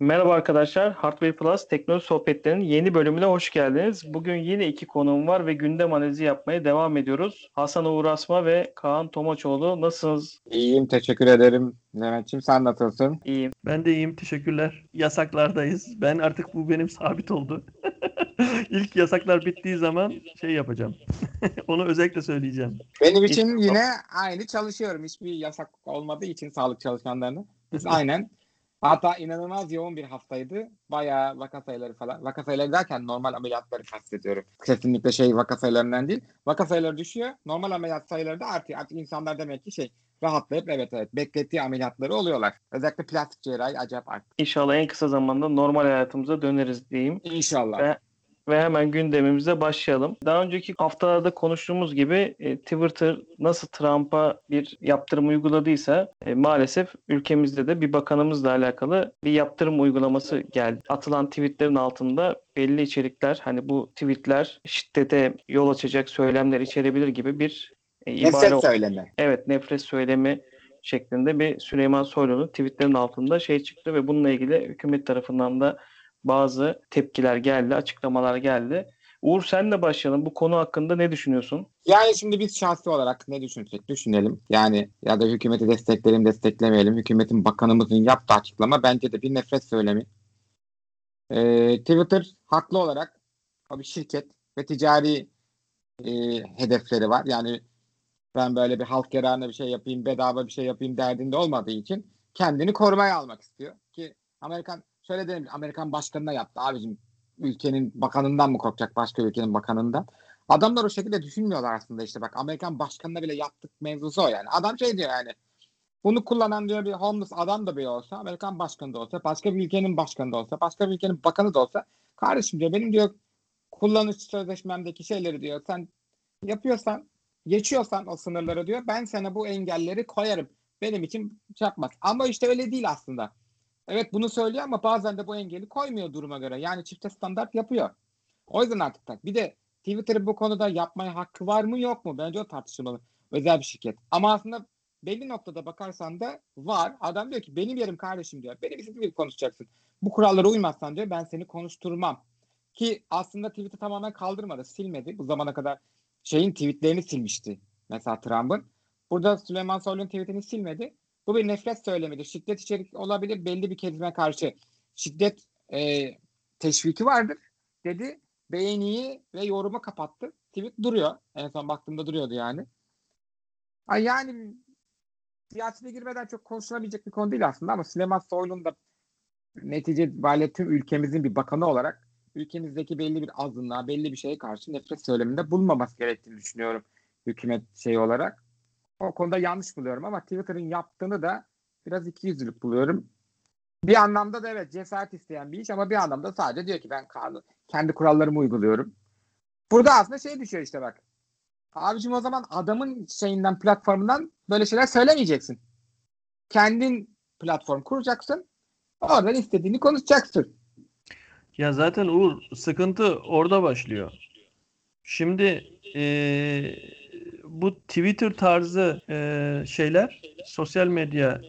Merhaba arkadaşlar, Hardware Plus Teknoloji Sohbetleri'nin yeni bölümüne hoş geldiniz. Bugün yine iki konuğum var ve gündem analizi yapmaya devam ediyoruz. Hasan Uğur Asma ve Kaan Tomaçoğlu. Nasılsınız? İyiyim, teşekkür ederim. Mehmetciğim sen nasılsın? İyiyim. Ben de iyiyim, teşekkürler. Yasaklardayız. Ben artık bu benim sabit oldu. İlk yasaklar bittiği zaman şey yapacağım. Onu özellikle söyleyeceğim. Benim İş- için yine aynı çalışıyorum. Hiçbir yasak olmadığı için sağlık çalışanlarına. Biz aynen. Hatta inanılmaz yoğun bir haftaydı. Bayağı vaka sayıları falan. Vaka sayıları derken normal ameliyatları kastediyorum. Kesinlikle vaka sayılarından değil. Vaka sayıları düşüyor. Normal ameliyat sayıları da artıyor. Artık insanlar demek ki rahatlayıp evet beklettiği ameliyatları oluyorlar. Özellikle plastik cerrahi acayip arttı. İnşallah en kısa zamanda normal hayatımıza döneriz diyeyim. İnşallah. Ve hemen gündemimize başlayalım. Daha önceki haftalarda konuştuğumuz gibi Twitter nasıl Trump'a bir yaptırım uyguladıysa maalesef ülkemizde de bir bakanımızla alakalı bir yaptırım uygulaması geldi. Atılan tweetlerin altında belli içerikler, hani bu tweetler şiddete yol açacak söylemler içerebilir gibi bir ibare. Nefret söylemi. Evet, nefret söylemi şeklinde bir Süleyman Soylu'nun tweetlerin altında çıktı ve bununla ilgili hükümet tarafından da bazı tepkiler geldi, açıklamalar geldi. Uğur, senle başlayalım. Bu konu hakkında ne düşünüyorsun? Yani şimdi biz şahsi olarak ne düşünsek düşünelim. Yani ya da hükümeti destekleyelim desteklemeyelim. Hükümetin bakanımızın yaptığı açıklama bence de bir nefret söylemi. Twitter haklı olarak bir şirket ve ticari hedefleri var. Yani ben böyle bir halk yararına bir şey yapayım, bedava bir şey yapayım derdinde olmadığı için kendini korumaya almak istiyor. Ki şöyle diyelim, Amerikan başkanına yaptı abicim. Ülkenin bakanından mı korkacak, başka ülkenin bakanından? Adamlar o şekilde düşünmüyorlar aslında bak Amerikan başkanına bile yaptık mevzusu o yani. Adam diyor yani bunu kullanan diyor bir homeless adam da bile olsa, Amerikan başkanı da olsa, başka bir ülkenin başkanı da olsa, başka bir ülkenin bakanı da olsa kardeşim diyor benim diyor kullanıcı sözleşmemdeki şeyleri diyor sen yapıyorsan, geçiyorsan o sınırları diyor ben sana bu engelleri koyarım. Benim için yapmaz. Ama öyle değil aslında. Evet bunu söylüyor ama bazen de bu engeli koymuyor duruma göre. Yani çifte standart yapıyor. O yüzden artık bir de Twitter'ın bu konuda yapmaya hakkı var mı yok mu? Bence o tartışılmalı. Özel bir şirket. Ama aslında belli noktada bakarsan da var. Adam diyor ki benim yerim kardeşim diyor. Benim istediğim gibi konuşacaksın. Bu kurallara uymazsan diyor ben seni konuşturmam. Ki aslında tweet'i tamamen kaldırmadı. Silmedi. Bu zamana kadar tweetlerini silmişti. Mesela Trump'ın. Burada Süleyman Soylu'nun tweetini silmedi. Bu bir nefret söylemidir. Şiddet içerik olabilir. Belli bir kesime karşı şiddet teşviki vardır dedi. Beğeniyi ve yorumu kapattı. Tweet duruyor. En son baktığımda duruyordu yani. Yani siyasete girmeden çok konuşulabilecek bir konu değil aslında ama Süleyman Soylu'nun da netice itibariyle tüm ülkemizin bir bakanı olarak ülkemizdeki belli bir azınlığa, belli bir şeye karşı nefret söyleminde bulunmaması gerektiğini düşünüyorum hükümet olarak. O konuda yanlış buluyorum ama Twitter'ın yaptığını da biraz ikiyüzlülük buluyorum. Bir anlamda da evet cesaret isteyen bir iş ama bir anlamda sadece diyor ki ben kendi kurallarımı uyguluyorum. Burada aslında düşüyor bak. Abicim o zaman adamın platformundan böyle şeyler söylemeyeceksin. Kendin platform kuracaksın. Oradan istediğini konuşacaksın. Ya zaten Uğur, sıkıntı orada başlıyor. Şimdi bu Twitter tarzı şeyler, sosyal medya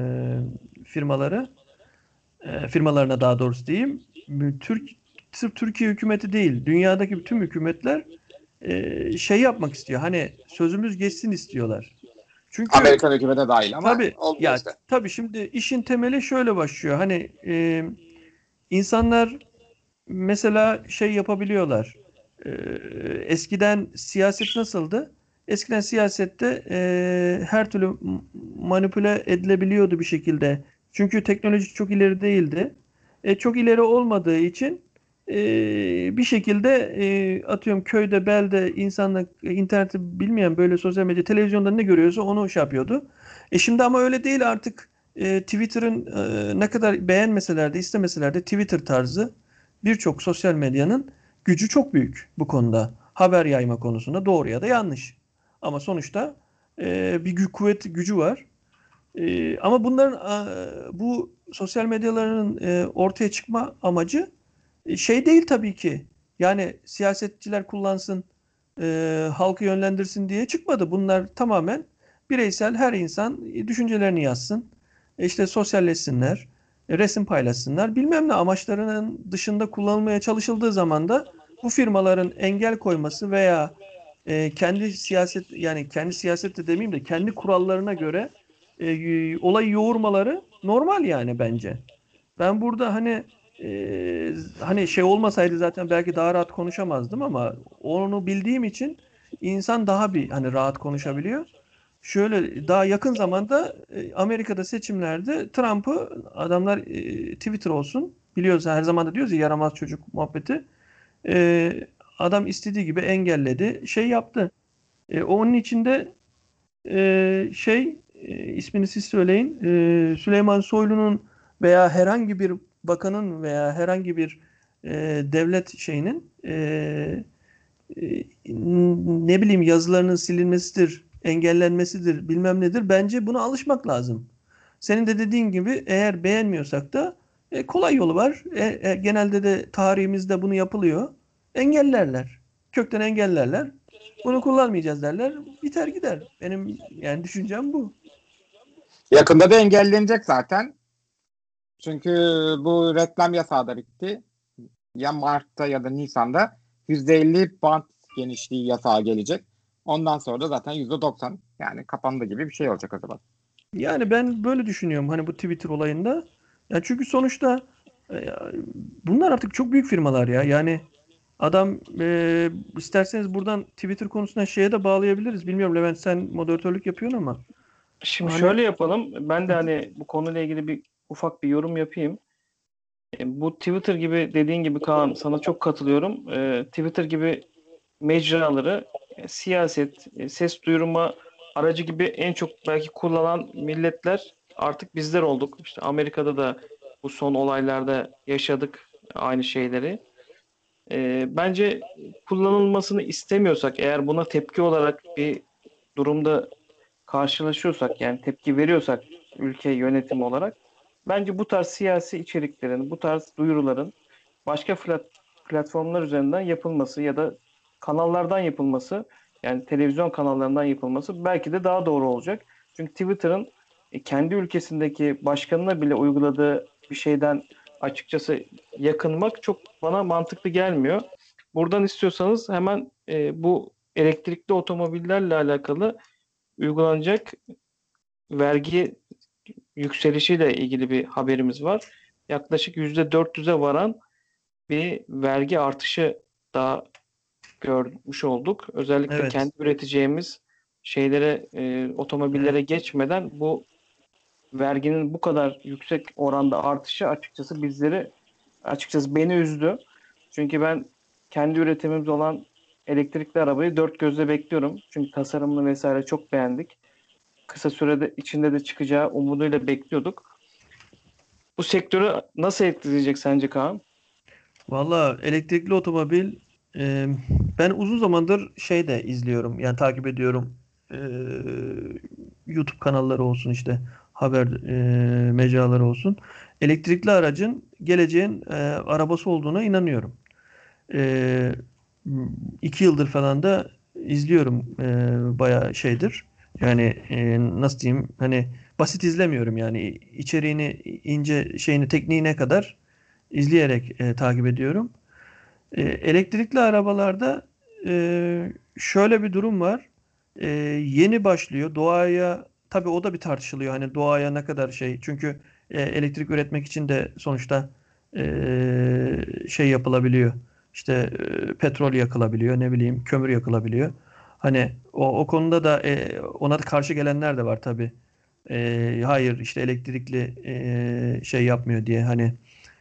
firmalarına daha doğrusu diyeyim, sırf Türkiye hükümeti değil, dünyadaki bütün hükümetler yapmak istiyor. Hani sözümüz geçsin istiyorlar. Çünkü Amerikan hükümete dahil ama tabii olmuyor işte. Tabii şimdi işin temeli şöyle başlıyor. Hani insanlar mesela yapabiliyorlar. Eskiden siyaset nasıldı? Eskiden siyasette her türlü manipüle edilebiliyordu bir şekilde. Çünkü teknoloji çok ileri değildi. Çok ileri olmadığı için bir şekilde atıyorum köyde, belde insanlar interneti bilmeyen böyle sosyal medya, televizyonda ne görüyorsa onu yapıyordu. Şimdi ama öyle değil artık. Twitter'ın ne kadar beğenmeseler de istemeseler de Twitter tarzı birçok sosyal medyanın gücü çok büyük bu konuda. Haber yayma konusunda doğru ya da yanlış. Ama sonuçta bir kuvvet gücü var. Ama bunların bu sosyal medyaların ortaya çıkma amacı değil tabii ki. Yani siyasetçiler kullansın, halkı yönlendirsin diye çıkmadı. Bunlar tamamen bireysel, her insan düşüncelerini yazsın. İşte sosyalleşsinler. resim paylaşsınlar. Bilmem ne amaçlarının dışında kullanılmaya çalışıldığı zaman da bu firmaların engel koyması veya kendi siyaset yani kendi siyaset de demeyeyim de kendi kurallarına göre olayı yoğurmaları normal yani bence. Ben burada hani şey olmasaydı zaten belki daha rahat konuşamazdım ama onu bildiğim için insan daha bir hani rahat konuşabiliyor. Şöyle daha yakın zamanda Amerika'da seçimlerde Trump'ı adamlar Twitter olsun biliyoruz her zaman da diyoruz ya yaramaz çocuk muhabbeti. Adam istediği gibi engelledi. Şey yaptı. Onun içinde ismini siz söyleyin. Süleyman Soylu'nun veya herhangi bir bakanın veya herhangi bir devlet şeyinin ne bileyim yazılarının silinmesidir, engellenmesidir, bilmem nedir. Bence buna alışmak lazım. Senin de dediğin gibi eğer beğenmiyorsak da kolay yolu var. Genelde de tarihimizde bunu yapılıyor. Engellerler. Kökten engellerler. Bunu kullanmayacağız derler. Biter gider. Benim yani düşüncem bu. Yakında da engellenecek zaten. Çünkü bu reklam yasağı da bitti. Ya Mart'ta ya da Nisan'da %50 bant genişliği yasağı gelecek. Ondan sonra da zaten %90 yani kapandı gibi bir şey olacak o zaman. Yani ben böyle düşünüyorum hani bu Twitter olayında. Ya çünkü sonuçta e, bunlar artık çok büyük firmalar ya. Yani adam isterseniz buradan Twitter konusuna şeye de bağlayabiliriz. Bilmiyorum Levent sen moderatörlük yapıyorsun ama Şimdi hani şöyle yapalım. Ben de hani bu konuyla ilgili bir ufak bir yorum yapayım. Bu Twitter gibi dediğin gibi Kaan sana çok katılıyorum. Twitter gibi mecraları siyaset, ses duyurma aracı gibi en çok belki kullanan milletler artık bizler olduk. İşte Amerika'da da bu son olaylarda yaşadık aynı şeyleri. Bence kullanılmasını istemiyorsak, eğer buna tepki olarak bir durumda karşılaşıyorsak, yani tepki veriyorsak ülke yönetimi olarak, bence bu tarz siyasi içeriklerin, bu tarz duyuruların başka platformlar üzerinden yapılması ya da kanallardan yapılması, yani televizyon kanallarından yapılması belki de daha doğru olacak. Çünkü Twitter'ın kendi ülkesindeki başkanına bile uyguladığı bir şeyden açıkçası yakınmak çok bana mantıklı gelmiyor. Buradan istiyorsanız hemen bu elektrikli otomobillerle alakalı uygulanacak vergi yükselişiyle ilgili bir haberimiz var. Yaklaşık %400'e varan bir vergi artışı daha görmüş olduk. Özellikle kendi evet. üreteceğimiz şeylere, Evet. otomobillere geçmeden bu verginin bu kadar yüksek oranda artışı açıkçası beni üzdü. Çünkü ben kendi üretimimiz olan elektrikli arabayı dört gözle bekliyorum. Çünkü tasarımını vesaire çok beğendik. Kısa sürede içinde de çıkacağı umuduyla bekliyorduk. Bu sektörü nasıl etkileyecek sence Kaan? Valla elektrikli otomobil e, ben uzun zamandır şey de izliyorum. Yani takip ediyorum. E, YouTube kanalları olsun işte haber mecraları olsun. Elektrikli aracın geleceğin arabası olduğuna inanıyorum. E, 2 yıldır falan da izliyorum bayağı şeydir. Yani nasıl diyeyim hani basit izlemiyorum yani içeriğini ince şeyini tekniğine kadar izleyerek takip ediyorum. Elektrikli arabalarda şöyle bir durum var. E, Yeni başlıyor. Doğaya tabii o da bir tartışılıyor. Hani doğaya ne kadar şey. Çünkü elektrik üretmek için de sonuçta şey yapılabiliyor. İşte petrol yakılabiliyor, ne bileyim kömür yakılabiliyor. Hani o konuda da ona da karşı gelenler de var tabii. Hayır işte elektrikli şey yapmıyor diye hani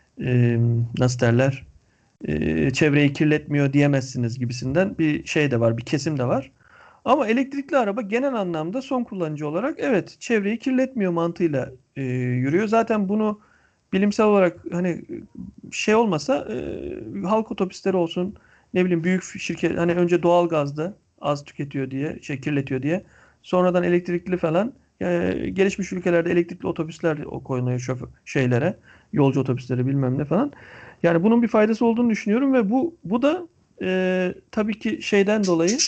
nasıl derler? Çevreyi kirletmiyor diyemezsiniz gibisinden bir şey de var, bir kesim de var. Ama elektrikli araba genel anlamda son kullanıcı olarak evet çevreyi kirletmiyor mantığıyla yürüyor. Zaten bunu bilimsel olarak hani şey olmasa halk otobüsleri olsun ne bileyim büyük şirket hani önce doğal gazda az tüketiyor diye şey kirletiyor diye sonradan elektrikli falan gelişmiş ülkelerde elektrikli otobüsler koyuluyor şeylere yolcu otobüsleri bilmem ne falan. Yani bunun bir faydası olduğunu düşünüyorum ve bu da tabii ki şeyden dolayı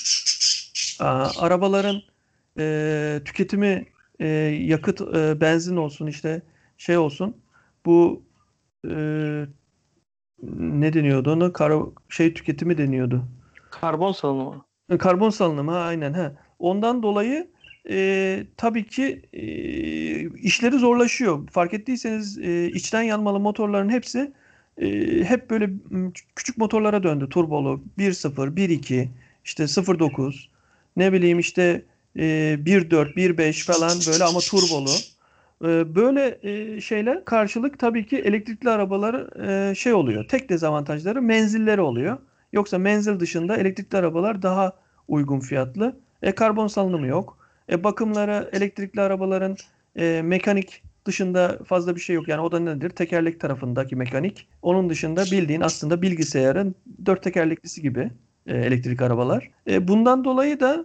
arabaların tüketimi yakıt benzin olsun işte şey olsun Bu e, ne deniyordu ona? Tüketimi deniyordu. Karbon salınımı. Karbon salınımı, ha, aynen, ha. Ondan dolayı tabii ki işleri zorlaşıyor. Fark ettiyseniz içten yanmalı motorların hepsi hep böyle küçük motorlara döndü. Turbolu 1.0, 1.2, işte 0.9, ne bileyim işte 1.4, 1.5 falan böyle ama turbolu. Böyle şeyler karşılık tabii ki elektrikli arabalar şey oluyor. Tek dezavantajları menzilleri oluyor. Yoksa menzil dışında elektrikli arabalar daha uygun fiyatlı. Karbon salınımı yok. Bakımları elektrikli arabaların mekanik dışında fazla bir şey yok. Yani o da nedir? Tekerlek tarafındaki mekanik. Onun dışında bildiğin aslında bilgisayarın dört tekerleklisi gibi elektrik arabalar. Bundan dolayı da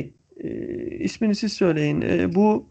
ismini siz söyleyin. Bu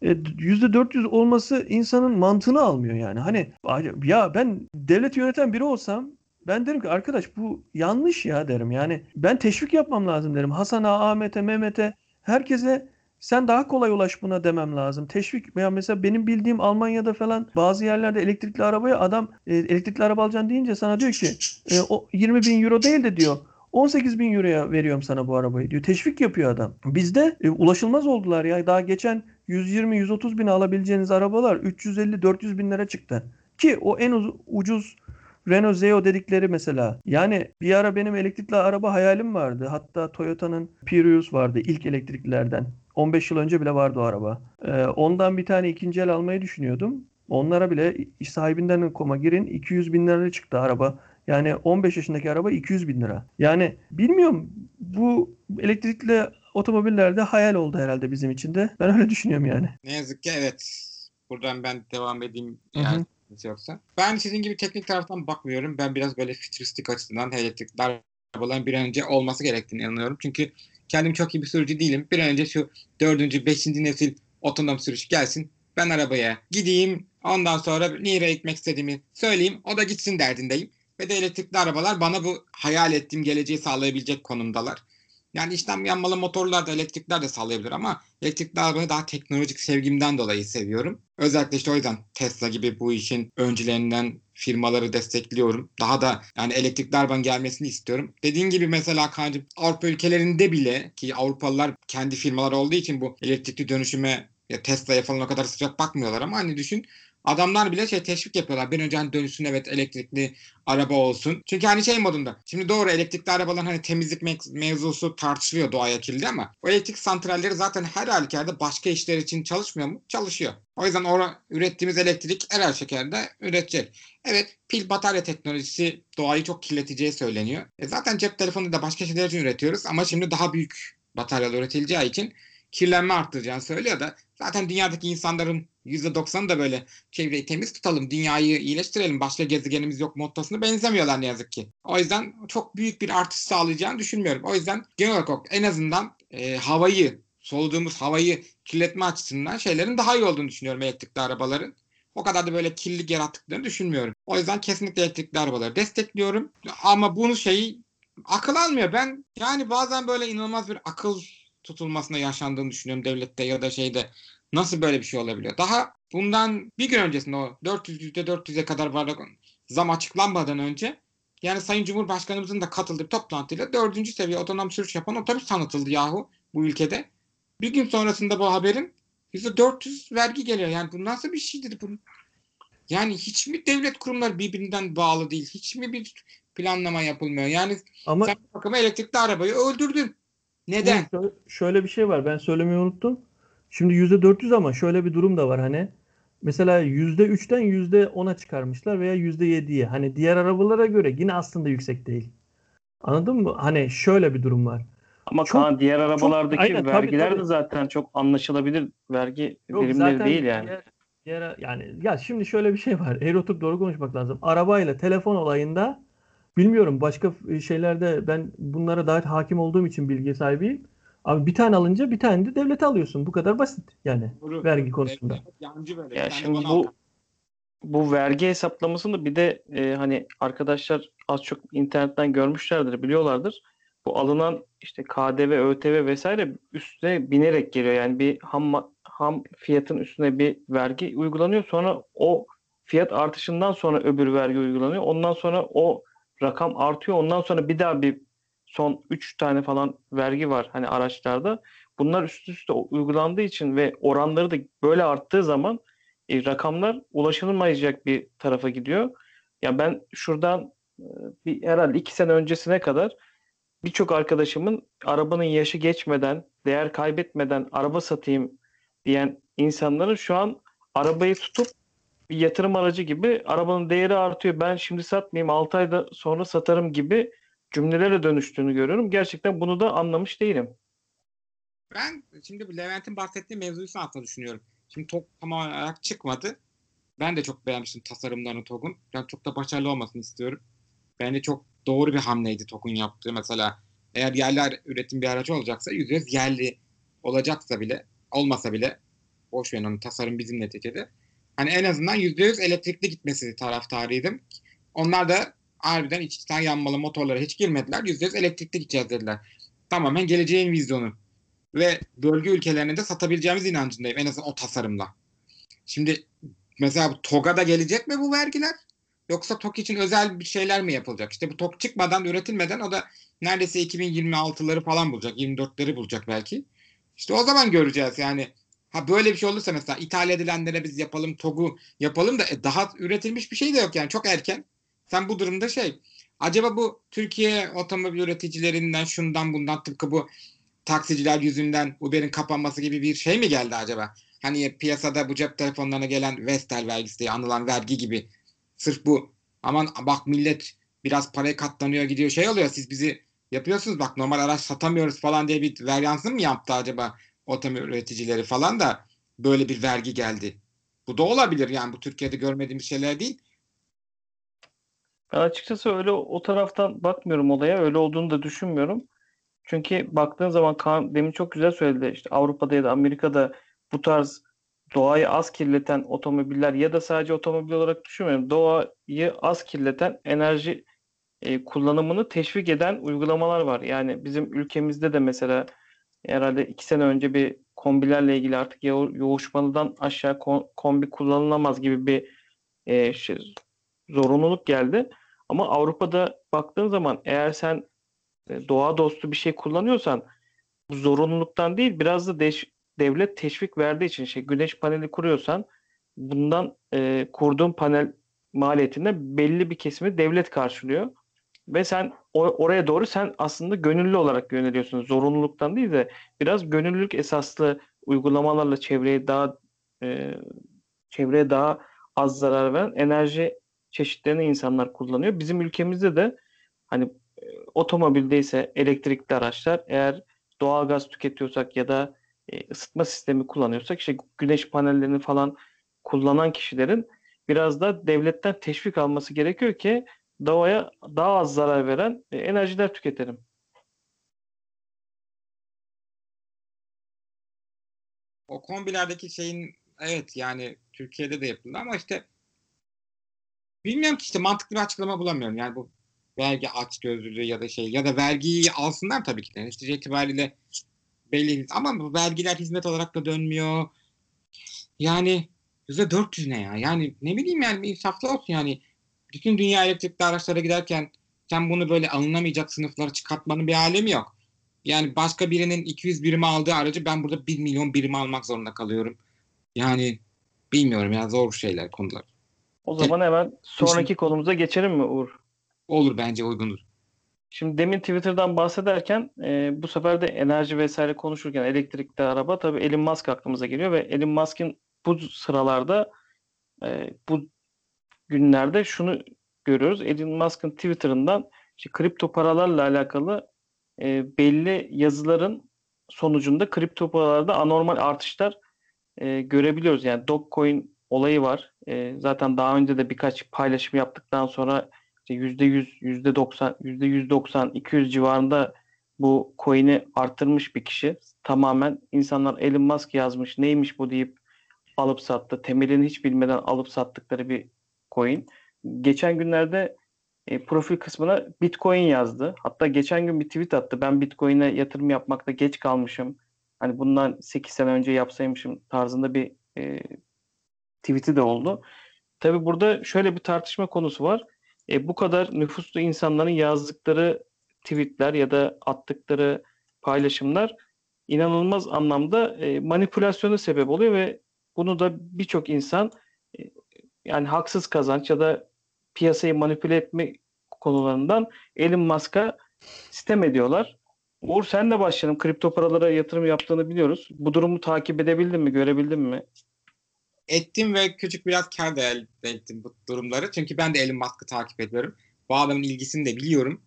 %400 olması insanın mantığını almıyor yani. Hani ya ben devlet yöneten biri olsam ben derim ki arkadaş bu yanlış ya derim. Yani ben teşvik yapmam lazım derim. Hasan'a, Ahmet'e, Mehmet'e, herkese sen daha kolay ulaş buna demem lazım. Teşvik veya mesela benim bildiğim Almanya'da falan bazı yerlerde elektrikli arabaya adam elektrikli araba alacaksın deyince sana diyor ki o 20 bin euro değil de diyor 18 bin euroya veriyorum sana bu arabayı diyor. Teşvik yapıyor adam. Bizde ulaşılmaz oldular ya. Daha geçen 120-130 bin alabileceğiniz arabalar 350-400 binlere çıktı. Ki o en ucuz Renault Zeo dedikleri mesela. Yani bir ara benim elektrikli araba hayalim vardı. Hatta Toyota'nın Prius vardı ilk elektriklilerden. 15 yıl önce bile vardı o araba. Ondan bir tane ikinci el almayı düşünüyordum. Onlara bile sahibinden koma girin 200 bin liraya çıktı araba. Yani 15 yaşındaki araba 200 bin lira. Yani bilmiyorum, bu elektrikli otomobillerde hayal oldu herhalde bizim için de. Ben öyle düşünüyorum yani. Ne yazık ki evet. Buradan ben devam edeyim Hı eğer hı. sıkıntı yoksa. Ben sizin gibi teknik taraftan bakmıyorum. Ben biraz böyle fütüristik açıdan elektrikli arabaların bir an önce olması gerektiğini inanıyorum. Çünkü kendim çok iyi bir sürücü değilim. Bir an önce şu dördüncü, beşinci nesil otonom sürüş gelsin. Ben arabaya gideyim. Ondan sonra nereye gitmek istediğimi söyleyeyim. O da gitsin derdindeyim. Ve de elektrikli arabalar bana bu hayal ettiğim geleceği sağlayabilecek konumdalar. Yani içten yanmalı motorlar da elektrikler de sağlayabilir ama elektrikli arabayı daha teknolojik sevgimden dolayı seviyorum. Özellikle işte o yüzden Tesla gibi bu işin öncülerinden firmaları destekliyorum. Daha da yani elektrikli arabanın gelmesini istiyorum. Dediğin gibi mesela Kaan'cığım Avrupa ülkelerinde bile ki Avrupalılar kendi firmaları olduğu için bu elektrikli dönüşüme ya Tesla'ya falan o kadar sıcak bakmıyorlar ama hani düşün adamlar bile teşvik yapıyorlar. Bir önce hani dönüşsün evet elektrikli araba olsun. Çünkü hani şey modunda. Şimdi doğru elektrikli arabaların hani temizlik mevzusu tartışılıyor doğaya kirli ama o elektrik santralleri zaten her halükarda başka işler için çalışmıyor mu? Çalışıyor. O yüzden ürettiğimiz elektrik her halükarda üretecek. Evet pil batarya teknolojisi doğayı çok kirleteceği söyleniyor. Zaten cep telefonu da başka şeyler için üretiyoruz ama şimdi daha büyük bataryalar üretileceği için kirlenme arttıracağını söylüyor da zaten dünyadaki insanların %90'ı da böyle çevreyi temiz tutalım, dünyayı iyileştirelim, başka gezegenimiz yok mottosuna benzemiyorlar ne yazık ki. O yüzden çok büyük bir artış sağlayacağını düşünmüyorum. O yüzden genel olarak en azından soluduğumuz havayı kirletme açısından şeylerin daha iyi olduğunu düşünüyorum elektrikli arabaların. O kadar da böyle kirlilik yarattıklarını düşünmüyorum. O yüzden kesinlikle elektrikli arabaları destekliyorum. Ama bunu akıl almıyor. Ben yani bazen böyle inanılmaz bir akıl tutulmasına yaşandığını düşünüyorum devlette ya da şeyde. Nasıl böyle bir şey olabiliyor? Daha bundan bir gün öncesinde o %400'e kadar varlık zam açıklanmadan önce yani Sayın Cumhurbaşkanımızın da katıldığı bir toplantıyla dördüncü seviye otonom sürüş yapan otobüs tanıtıldı yahu bu ülkede. Bir gün sonrasında bu haberin %400 vergi geliyor. Yani bu nasıl bir şeydir bu? Yani hiç mi devlet kurumları birbirinden bağlı değil? Hiç mi bir planlama yapılmıyor? Yani Ama sen bakıma elektrikli arabayı öldürdün. Neden? şöyle bir şey var. Ben söylemeyi unuttum. Şimdi %400 ama şöyle bir durum da var hani. Mesela %3'ten %10'a çıkarmışlar veya %7'ye. Hani diğer arabalara göre yine aslında yüksek değil. Anladın mı? Hani şöyle bir durum var. Ama Çok Kaan diğer çok arabalardaki aynen, tabii vergiler de tabii. zaten çok anlaşılabilir vergi Yok dilimleri değil zaten yani. yani ya şimdi şöyle bir şey var. Eğri oturup doğru konuşmak lazım. Arabayla telefon olayında bilmiyorum, başka şeylerde ben bunlara daha hakim olduğum için bilgi sahibiyim. Abi bir tane alınca bir tane de devlete alıyorsun. Bu kadar basit yani Doğru. vergi Evet, konusunda. evet, yancı böyle. Bir Ya tane şimdi bana al. bu vergi hesaplamasını bir de hani arkadaşlar az çok internetten görmüşlerdir, biliyorlardır. Bu alınan işte KDV, ÖTV vesaire üstüne binerek geliyor. Yani bir ham fiyatın üstüne bir vergi uygulanıyor. Sonra o fiyat artışından sonra öbür vergi uygulanıyor. Ondan sonra o rakam artıyor. Ondan sonra bir daha bir son 3 tane falan vergi var hani araçlarda. Bunlar üst üste uygulandığı için ve oranları da böyle arttığı zaman rakamlar ulaşılmayacak bir tarafa gidiyor. Ya ben şuradan bir herhalde 2 sene öncesine kadar birçok arkadaşımın arabanın yaşı geçmeden, değer kaybetmeden araba satayım diyen insanların şu an arabayı tutup bir yatırım aracı gibi arabanın değeri artıyor. Ben şimdi satmayayım 6 ayda sonra satarım gibi cümlelere dönüştüğünü görüyorum. Gerçekten bunu da anlamış değilim. Ben şimdi bu Levent'in bahsettiği mevzuyu aslında düşünüyorum. Şimdi TOG tam olarak çıkmadı. Ben de çok beğenmiştim tasarımlarını TOG'un. Ben çok da başarılı olmasını istiyorum. Bence çok doğru bir hamleydi TOG'un yaptığı. Mesela eğer yerli üretim bir aracı olacaksa %100 yerli olacaksa bile olmasa bile boş verin onu, tasarım bizim neticede. Hani en azından %100 elektrikli gitmesi taraftarıydım. Onlar da harbiden içten yanmalı motorlara hiç girmediler. %100 elektrikli gideceğiz dediler. Tamamen geleceğin vizyonu. Ve bölge ülkelerine de satabileceğimiz inancındayım. En azından o tasarımla. Şimdi mesela bu TOG'a da gelecek mi bu vergiler? Yoksa TOG için özel bir şeyler mi yapılacak? İşte bu TOG çıkmadan, üretilmeden o da neredeyse 2026'ları falan bulacak. 24'leri bulacak belki. İşte o zaman göreceğiz yani. Ha böyle bir şey olursa mesela ithal edilenlere biz yapalım, TOG'u yapalım da daha üretilmiş bir şey de yok yani. Çok erken. Sen bu durumda acaba bu Türkiye otomobil üreticilerinden şundan bundan tıpkı bu taksiciler yüzünden Uber'in kapanması gibi bir şey mi geldi acaba? Hani piyasada bu cep telefonlarına gelen Vestel vergisi diye anılan vergi gibi. Sırf bu aman bak millet biraz parayı katlanıyor gidiyor oluyor, siz bizi yapıyorsunuz bak normal araç satamıyoruz falan diye bir varyansın mı yaptı acaba otomobil üreticileri falan da böyle bir vergi geldi. Bu da olabilir yani, bu Türkiye'de görmediğimiz şeyler değil. Ben açıkçası öyle o taraftan bakmıyorum olaya. Öyle olduğunu da düşünmüyorum. Çünkü baktığın zaman Kaan demin çok güzel söyledi. İşte Avrupa'da ya da Amerika'da bu tarz doğayı az kirleten otomobiller ya da sadece otomobil olarak düşünmüyorum. Doğayı az kirleten enerji kullanımını teşvik eden uygulamalar var. Yani bizim ülkemizde de mesela herhalde 2 sene önce bir kombilerle ilgili artık yoğuşmalıdan aşağı kombi kullanılamaz gibi bir zorunluluk geldi. Ama Avrupa'da baktığın zaman eğer sen doğa dostu bir şey kullanıyorsan bu zorunluluktan değil biraz da devlet teşvik verdiği için güneş paneli kuruyorsan bundan kurduğun panel maliyetinde belli bir kesimi devlet karşılıyor. Ve sen oraya doğru sen aslında gönüllü olarak yöneliyorsun. Zorunluluktan değil de biraz gönüllülük esaslı uygulamalarla e, çevreye daha az zarar veren enerji çeşitlerini insanlar kullanıyor. Bizim ülkemizde de hani otomobildeyse elektrikli araçlar eğer doğalgaz tüketiyorsak ya da ısıtma sistemi kullanıyorsak işte güneş panellerini falan kullanan kişilerin biraz da devletten teşvik alması gerekiyor ki doğaya daha az zarar veren enerjiler tüketelim. O kombilerdeki evet yani Türkiye'de de yapıldı ama işte bilmiyorum ki, işte mantıklı bir açıklama bulamıyorum. Yani bu vergi açgözlülüğü ya da ya da vergiyi alsınlar tabii ki de. Netice itibariyle belli ama bu vergiler hizmet olarak da dönmüyor. Yani %400 ne ya? Yani ne bileyim yani, bir insaflı olsun yani. Bütün dünya elektrikli araçlara giderken sen bunu böyle alınamayacak sınıflara çıkartmanın bir alemi yok. Yani başka birinin 200 birime aldığı aracı ben burada 1 milyon birime almak zorunda kalıyorum. Yani bilmiyorum ya, zor şeyler konular. O Tek zaman hemen işin sonraki konumuza geçelim mi Uğur? olur, bence uygundur. Şimdi demin Twitter'dan bahsederken bu sefer de enerji vesaire konuşurken elektrikli araba tabii Elon Musk aklımıza geliyor ve Elon Musk'ın bu sıralarda bu günlerde şunu görüyoruz. Elon Musk'ın Twitter'ından işte kripto paralarla alakalı belli yazıların sonucunda kripto paralarda anormal artışlar görebiliyoruz. Yani Dogecoin olayı var. Zaten daha önce de birkaç paylaşım yaptıktan sonra işte %100, %90, %190, 200 civarında bu coin'i arttırmış bir kişi. Tamamen insanlar Elon Musk yazmış neymiş bu deyip alıp sattı. Temelini hiç bilmeden alıp sattıkları bir coin. Geçen günlerde profil kısmına Bitcoin yazdı. Hatta geçen gün bir tweet attı. Ben Bitcoin'e yatırım yapmakta geç kalmışım. Hani bundan 8 sene önce yapsaymışım tarzında bir tweet'i de oldu. Tabii burada şöyle bir tartışma konusu var. Bu kadar nüfuslu insanların yazdıkları tweetler ya da attıkları paylaşımlar inanılmaz anlamda manipülasyona sebep oluyor ve bunu da birçok insan e, yani haksız kazanç ya da piyasayı manipüle etme konularından Elon Musk'a sitem ediyorlar. Uğur sen de başlayalım. Kripto paralara yatırım yaptığını biliyoruz. Bu durumu takip edebildin mi, görebildin mi? Ettim ve küçük biraz kar da elde ettim bu durumları. Çünkü ben de Elon Musk'ı takip ediyorum. Bu adamın ilgisini de biliyorum.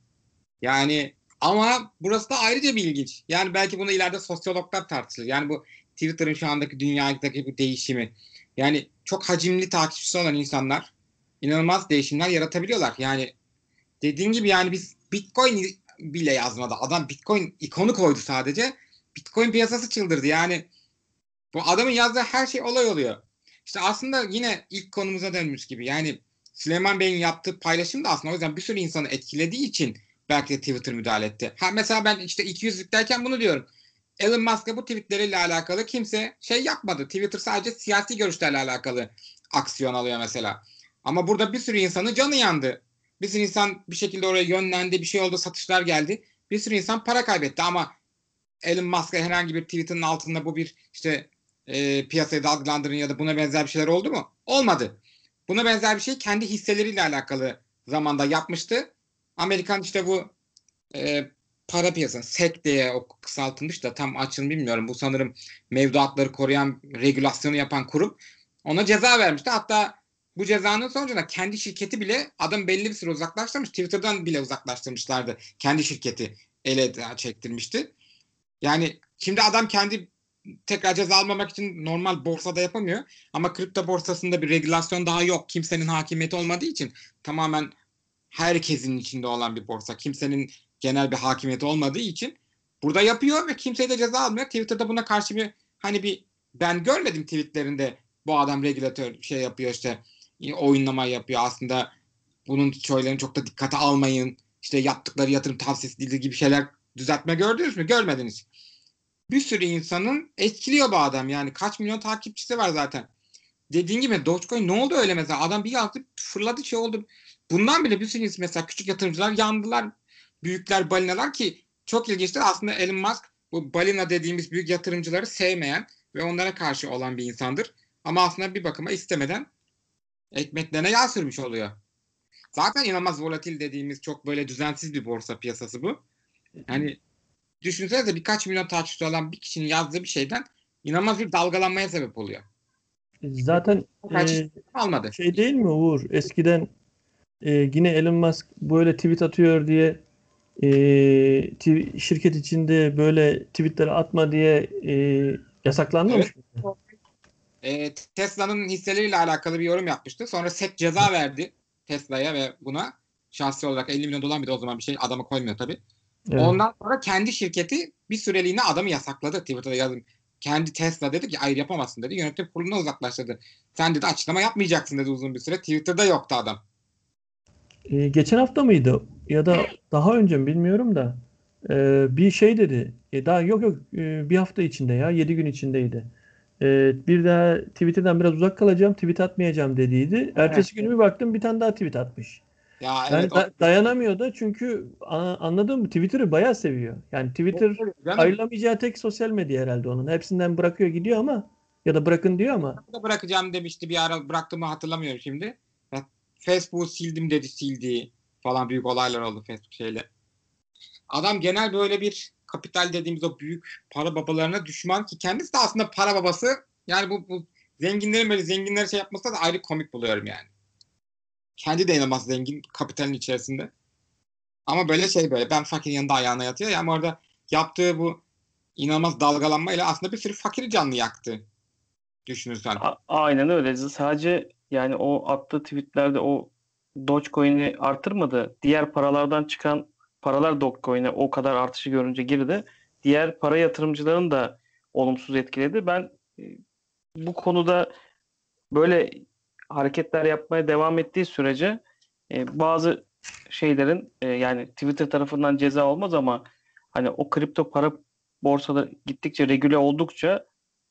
Yani ama burası da ayrıca bir ilginç. Yani belki bunu ileride sosyologlar tartışır. Yani bu Twitter'ın şu andaki dünyadaki bu değişimi. Yani çok hacimli takipçisi olan insanlar inanılmaz değişimler yaratabiliyorlar. Yani dediğin gibi yani biz Bitcoin bile yazmadı. Adam Bitcoin ikonu koydu sadece. Bitcoin piyasası çıldırdı. Yani bu adamın yazdığı her şey olay oluyor. İşte aslında yine ilk konumuza dönmüş gibi. Yani Süleyman Bey'in yaptığı paylaşım da aslında o yüzden bir sürü insanı etkilediği için belki de Twitter müdahale etti. Ha mesela ben işte 200'lükteyken bunu diyorum. Elon Musk'a bu tweetleriyle alakalı kimse şey yapmadı. Twitter sadece siyasi görüşlerle alakalı aksiyon alıyor mesela. Ama burada bir sürü insanın canı yandı. Bir sürü insan bir şekilde oraya yönlendi, bir şey oldu, satışlar geldi. Bir sürü insan para kaybetti ama Elon Musk'a herhangi bir tweet'in altında bu bir işte piyasayı dalgalandırın ya da buna benzer bir şeyler oldu mu? Olmadı. Buna benzer bir şey kendi hisseleriyle alakalı zamanda yapmıştı. Amerikan işte bu e, para piyasası SEC diye o kısaltılmış da tam açılım bilmiyorum. Bu sanırım mevduatları koruyan regülasyonu yapan kurum. Ona ceza vermişti. Hatta bu cezanın sonucunda kendi şirketi bile adam belli bir süre uzaklaştırmış. Twitter'dan bile uzaklaştırmışlardı. Kendi şirketi ele çektirmişti. Yani şimdi adam kendi tekrar ceza almamak için normal borsada yapamıyor. Ama kripto borsasında bir regülasyon daha yok. Kimsenin hakimiyeti olmadığı için tamamen herkesin içinde olan bir borsa. Kimsenin genel bir hakimiyeti olmadığı için burada yapıyor ve kimseye de ceza almıyor. Twitter'da buna karşı bir hani bir ben görmedim tweetlerinde bu adam regülatör şey yapıyor işte oyunlama yapıyor. Aslında bunun söylerini çok da dikkate almayın. İşte yaptıkları yatırım tavsiyesi değil gibi şeyler düzeltme gördünüz mü? Görmediniz. Bir sürü insanın etkiliyor bu adam. Yani kaç milyon takipçisi var zaten. Dediğin gibi Dogecoin ne oldu öyle mesela? Adam bir yazdı fırladı şey oldu. Bundan bile bir sürü insan mesela küçük yatırımcılar yandılar. Büyükler balinalar ki çok ilginçtir. Aslında Elon Musk bu balina dediğimiz büyük yatırımcıları sevmeyen ve onlara karşı olan bir insandır. Ama aslında bir bakıma istemeden ekmeklerine yağ sürmüş oluyor. Zaten inanılmaz volatil dediğimiz çok böyle düzensiz bir borsa piyasası bu. Yani düşünsenize birkaç milyon takipçisi olan bir kişinin yazdığı bir şeyden inanılmaz bir dalgalanmaya sebep oluyor. Zaten Kaç almadı. şey değil mi Uğur? Eskiden yine Elon Musk böyle tweet atıyor diye şirket içinde böyle tweetleri atma diye Evet. yasaklanmamış mı? Tesla'nın hisseleriyle alakalı bir yorum yapmıştı. Sonra SEC ceza verdi Tesla'ya ve buna şahsi olarak 50 milyon dolar bir de o zaman bir şey adamı koymuyor tabii. Evet. Ondan sonra kendi şirketi bir süreliğine adamı yasakladı. Twitter'da yazın. Kendi Tesla dedi ki hayır yapamazsın dedi. Yönetim kuruluna uzaklaştırdı. Sen dedi açıklama yapmayacaksın dedi uzun bir süre. Twitter'da yoktu adam. Geçen hafta mıydı ya da daha önce mi bilmiyorum da bir şey dedi. Daha yok bir hafta içinde ya 7 gün içindeydi. Bir daha Twitter'dan biraz uzak kalacağım, tweet atmayacağım dediydi. Evet. Ertesi günü bir baktım bir tane daha tweet atmış. Ya Yani evet o dayanamıyor da çünkü anladığım Twitter'ı bayağı seviyor. Yani Twitter canım. ayrılamayacağı tek sosyal medya herhalde onun. Hepsinden bırakıyor gidiyor ama ya da bırakın diyor ama. Da bırakacağım demişti bir ara bıraktığımı hatırlamıyorum şimdi. Ya, Facebook'u sildim dedi sildi falan büyük olaylar oldu Facebook şeyle. Adam genel böyle bir kapital dediğimiz o büyük para babalarına düşman ki kendisi de aslında para babası. Yani bu zenginlerin böyle zenginleri şey yapması da ayrı komik buluyorum yani. Kendi de inanılmaz zengin kapitalin içerisinde. Ama böyle şey böyle ben fakirin yanında ayağına yatıyor. Yani orada yaptığı bu inanılmaz dalgalanmayla aslında bir sürü fakiri canlı yaktı düşünürsen. Aynen öyle. Sadece yani o attığı tweetlerde o Dogecoin'i artırmadı. Diğer paralardan çıkan paralar Dogecoin'e o kadar artışı görünce girdi. Diğer para yatırımcılarını da olumsuz etkiledi. Ben bu konuda böyle hareketler yapmaya devam ettiği sürece bazı şeylerin yani Twitter tarafından ceza olmaz ama hani o kripto para borsaları gittikçe regüle oldukça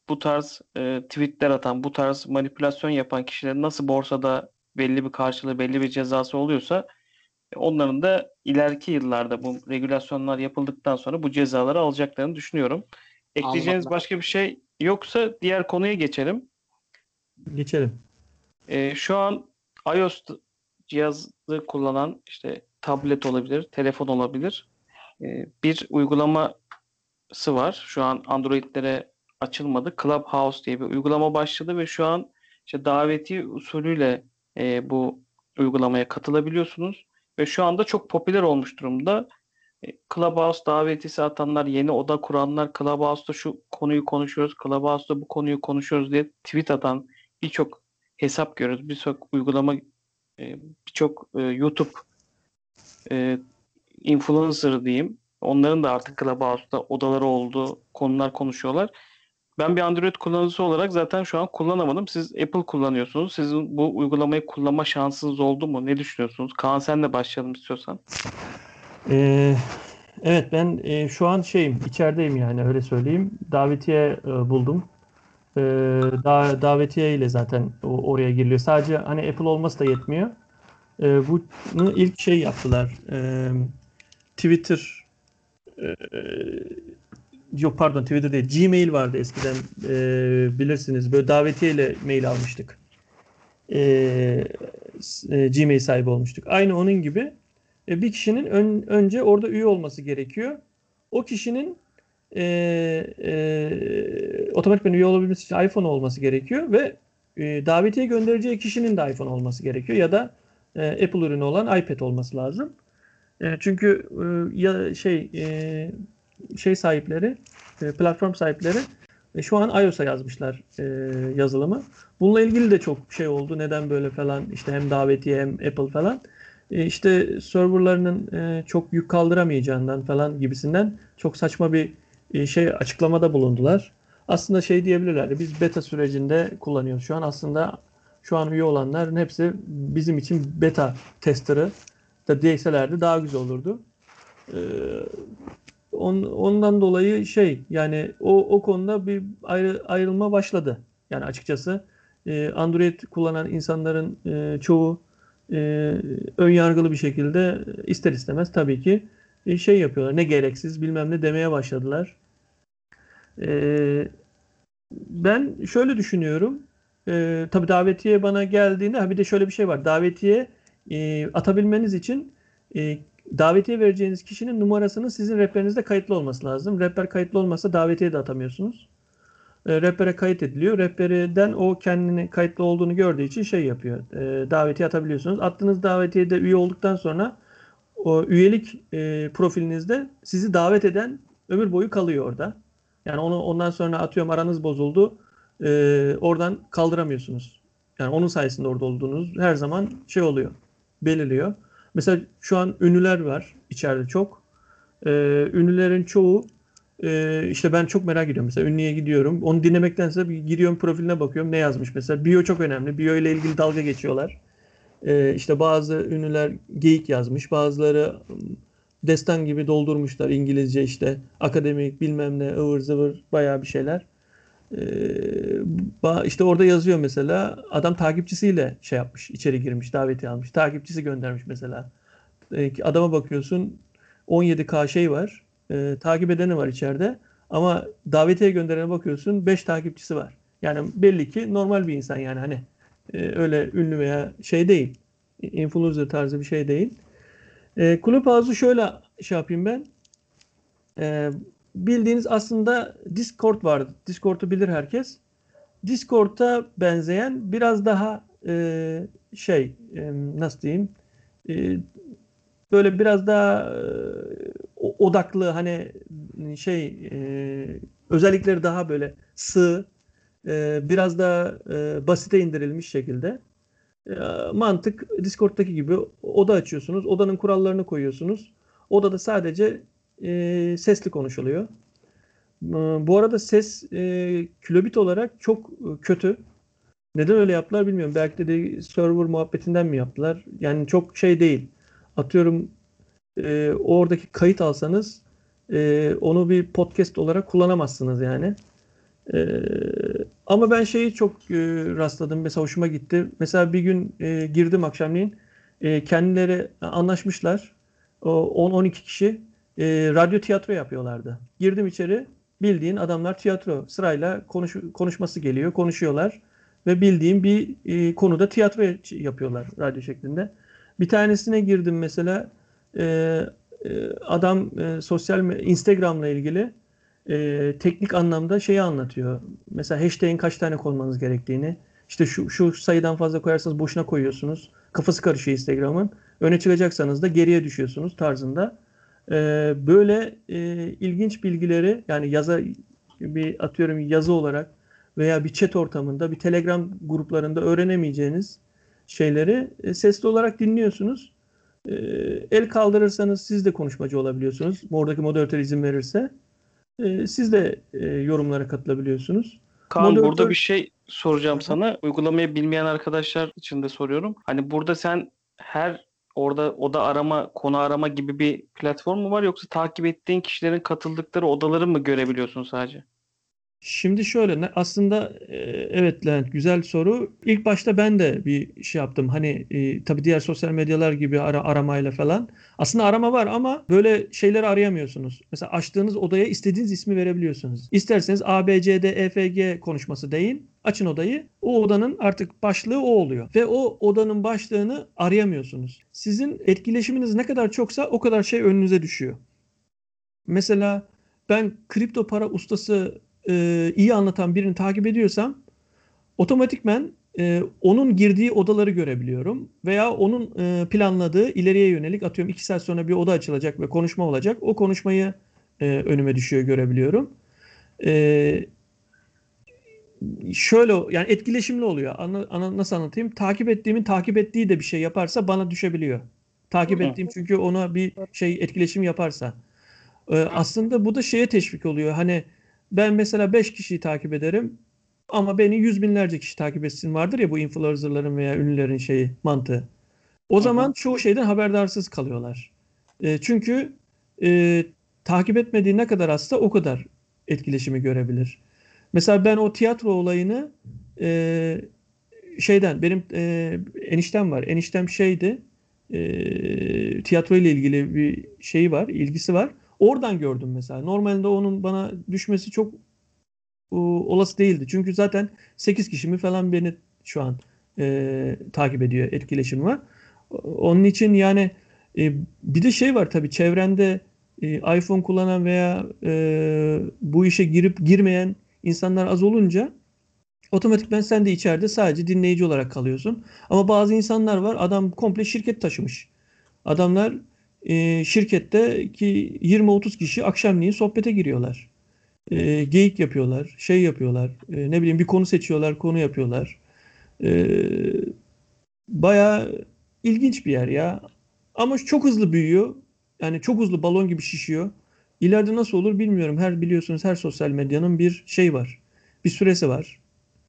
bu tarz tweetler atan, bu tarz manipülasyon yapan kişilerin nasıl borsada belli bir karşılığı, belli bir cezası oluyorsa onların da ileriki yıllarda bu regülasyonlar yapıldıktan sonra bu cezaları alacaklarını düşünüyorum. Ekleyeceğiniz Almalı. başka bir şey yoksa diğer konuya geçelim. Geçelim. Şu an iOS cihazı kullanan işte tablet olabilir, telefon olabilir. Bir uygulaması var. Şu an Android'lere açılmadı. Clubhouse diye bir uygulama başladı ve şu an işte daveti usulüyle bu uygulamaya katılabiliyorsunuz. Ve şu anda çok popüler olmuş durumda. Clubhouse davetisi atanlar, yeni oda kuranlar, Clubhouse'da şu konuyu konuşuyoruz, Clubhouse'da bu konuyu konuşuyoruz diye tweet atan birçok hesap görüyoruz. Birçok uygulama, birçok YouTube e, influencer diyeyim. Onların da artık Clubhouse'da odaları oldu, konular konuşuyorlar. Ben bir Android kullanıcısı olarak zaten şu an kullanamadım. Siz Apple kullanıyorsunuz. Sizin bu uygulamayı kullanma şansınız oldu mu? Ne düşünüyorsunuz? Kaan senle başlayalım istiyorsan. Ee, evet ben şu an içerideyim yani öyle söyleyeyim. Davetiye buldum. Ee, davetiye ile zaten oraya giriliyor. Sadece hani Apple olması da yetmiyor. Bunu ilk yaptılar. Twitter e, yok pardon Twitter değil. Gmail vardı eskiden. Bilirsiniz böyle davetiyeyle mail almıştık. Gmail sahibi olmuştuk. Aynı onun gibi bir kişinin önce orada üye olması gerekiyor. O kişinin otomatikman üye olabilmesi için iPhone olması gerekiyor ve davetiye göndereceği kişinin de iPhone olması gerekiyor ya da Apple ürünü olan iPad olması lazım. Çünkü ya sahipleri, platform sahipleri şu an iOS'a yazmışlar yazılımı. Bununla ilgili de çok şey oldu. Neden böyle falan işte hem davetiye hem Apple falan. İşte serverlarının çok yük kaldıramayacağından falan gibisinden çok saçma bir açıklamada bulundular. Aslında diyebilirlerdi. Biz beta sürecinde kullanıyoruz. Şu an aslında şu an üye olanların hepsi bizim için beta tester'ı da değilselerdi daha güzel olurdu. Ondan dolayı yani o konuda bir ayrılma başladı. Yani açıkçası Android kullanan insanların çoğu ön yargılı bir şekilde ister istemez tabii ki yapıyorlar. Ne gereksiz bilmem ne demeye başladılar. Ben şöyle düşünüyorum. Tabii davetiye bana geldiğinde bir de şöyle bir şey var. Davetiye atabilmeniz için davetiye vereceğiniz kişinin numarasının sizin rehberinizde kayıtlı olması lazım. Rehber kayıtlı olmasa davetiye de atamıyorsunuz. Rehbere kayıt ediliyor. Rehberden o kendini kayıtlı olduğunu gördüğü için yapıyor. Davetiye atabiliyorsunuz. Attığınız davetiyede üye olduktan sonra o üyelik profilinizde sizi davet eden ömür boyu kalıyor orada. Yani ondan sonra atıyorum aranız bozuldu. Oradan kaldıramıyorsunuz. Yani onun sayesinde orada olduğunuz her zaman oluyor. Belirliyor. Mesela şu an ünlüler var içeride çok. Ünlülerin çoğu işte ben çok merak ediyorum. Mesela ünlüye gidiyorum. Onu dinlemektense bir giriyorum profiline bakıyorum. Ne yazmış mesela. Bio çok önemli. Bio ile ilgili dalga geçiyorlar. İşte bazı ünlüler geyik yazmış. Bazıları destan gibi doldurmuşlar İngilizce işte akademik bilmem ne ıvır zıvır bayağı bir şeyler. İşte orada yazıyor mesela adam takipçisiyle yapmış içeri girmiş davetiye almış takipçisi göndermiş mesela. Adama bakıyorsun 17K var takip edeni var içeride ama davetiye gönderene bakıyorsun 5 takipçisi var. Yani belli ki normal bir insan yani hani öyle ünlü veya değil. Influencer tarzı bir şey değil. Clubhouse'u şöyle yapayım ben. Bildiğiniz aslında Discord vardı. Discord'u bilir herkes. Discord'a benzeyen biraz daha nasıl diyeyim böyle biraz daha odaklı hani özellikleri daha böyle sığ biraz daha basite indirilmiş şekilde mantık Discord'daki gibi oda açıyorsunuz. Odanın kurallarını koyuyorsunuz. Odada sadece sesli konuşuluyor. Bu arada ses kilobit olarak çok kötü. Neden öyle yaptılar bilmiyorum. Belki de server muhabbetinden mi yaptılar? Yani çok değil. Atıyorum oradaki kayıt alsanız onu bir podcast olarak kullanamazsınız yani. Ee, Ama ben şeyi çok rastladım. Mesela hoşuma gitti. Mesela bir gün girdim akşamleyin. Kendileri anlaşmışlar. O 10-12 kişi radyo tiyatro yapıyorlardı. Girdim içeri. Bildiğin adamlar tiyatro sırayla konuşması geliyor. Konuşuyorlar. Ve bildiğim bir konuda tiyatro yapıyorlar radyo şeklinde. Bir tanesine girdim mesela. E, Adam Instagram'la ilgili teknik anlamda şeyi anlatıyor. Mesela hashtag'in kaç tane koymanız gerektiğini. İşte şu sayıdan fazla koyarsanız boşuna koyuyorsunuz. Kafası karışıyor Instagram'ın. Öne çıkacaksanız da geriye düşüyorsunuz tarzında. Böyle ilginç bilgileri yani bir atıyorum yazı olarak veya bir chat ortamında, bir Telegram gruplarında öğrenemeyeceğiniz şeyleri sesli olarak dinliyorsunuz. E, El kaldırırsanız siz de konuşmacı olabiliyorsunuz. Oradaki moderatör izin verirse. Siz de yorumlara katılabiliyorsunuz. Kaan, burada Moderatör bir şey soracağım Aha. sana. Uygulamayı bilmeyen arkadaşlar için de soruyorum. Hani burada sen orada oda arama, konu arama gibi bir platform mu var, yoksa takip ettiğin kişilerin katıldıkları odaları mı görebiliyorsun sadece? Şimdi şöyle aslında evet Levent, güzel soru. İlk başta ben de bir şey yaptım. Hani tabii diğer sosyal medyalar gibi aramayla falan. Aslında arama var ama böyle şeyleri arayamıyorsunuz. Mesela açtığınız odaya istediğiniz ismi verebiliyorsunuz. İsterseniz A, B, C, D, E, F, G konuşması deyin. Açın odayı. O odanın artık başlığı o oluyor. Ve o odanın başlığını arayamıyorsunuz. Sizin etkileşiminiz ne kadar çoksa o kadar şey önünüze düşüyor. Mesela ben kripto para ustası iyi anlatan birini takip ediyorsam otomatikmen onun girdiği odaları görebiliyorum. Veya onun planladığı ileriye yönelik atıyorum 2 saat sonra bir oda açılacak ve konuşma olacak. O konuşmayı önüme düşüyor görebiliyorum. E, Şöyle yani etkileşimli oluyor. Nasıl anlatayım? Takip ettiği de bir şey yaparsa bana düşebiliyor. Takip Hı. ettiğim çünkü ona bir şey etkileşim yaparsa. Aslında bu da şeye teşvik oluyor. Hani ben mesela 5 kişiyi takip ederim ama beni yüz binlerce kişi takip etsin vardır ya bu influencerların veya ünlülerin şeyi mantığı. O Hı hı. zaman çoğu şeyden haberdarsız kalıyorlar. Çünkü e, takip etmediği ne kadar azsa o kadar etkileşimi görebilir. Mesela ben o tiyatro olayını e, benim eniştem var. Eniştem tiyatro ile ilgili bir şeyi var, ilgisi var. Oradan gördüm mesela. Normalde onun bana düşmesi çok olası değildi. Çünkü zaten 8 kişi mi falan beni şu an takip ediyor, etkileşim var. Onun için yani bir de şey var tabii çevrende iPhone kullanan veya bu işe girip girmeyen insanlar az olunca otomatikman sen de içeride sadece dinleyici olarak kalıyorsun. Ama bazı insanlar var, adam komple şirket taşımış. Adamlar şirketteki 20-30 kişi akşamleyin sohbete giriyorlar. Geyik yapıyorlar, şey yapıyorlar. Ne bileyim bir konu seçiyorlar, konu yapıyorlar. E, Bayağı ilginç bir yer ya. Ama çok hızlı büyüyor. Yani çok hızlı balon gibi şişiyor. İleride nasıl olur bilmiyorum. Biliyorsunuz her sosyal medyanın bir şey var. Bir süresi var.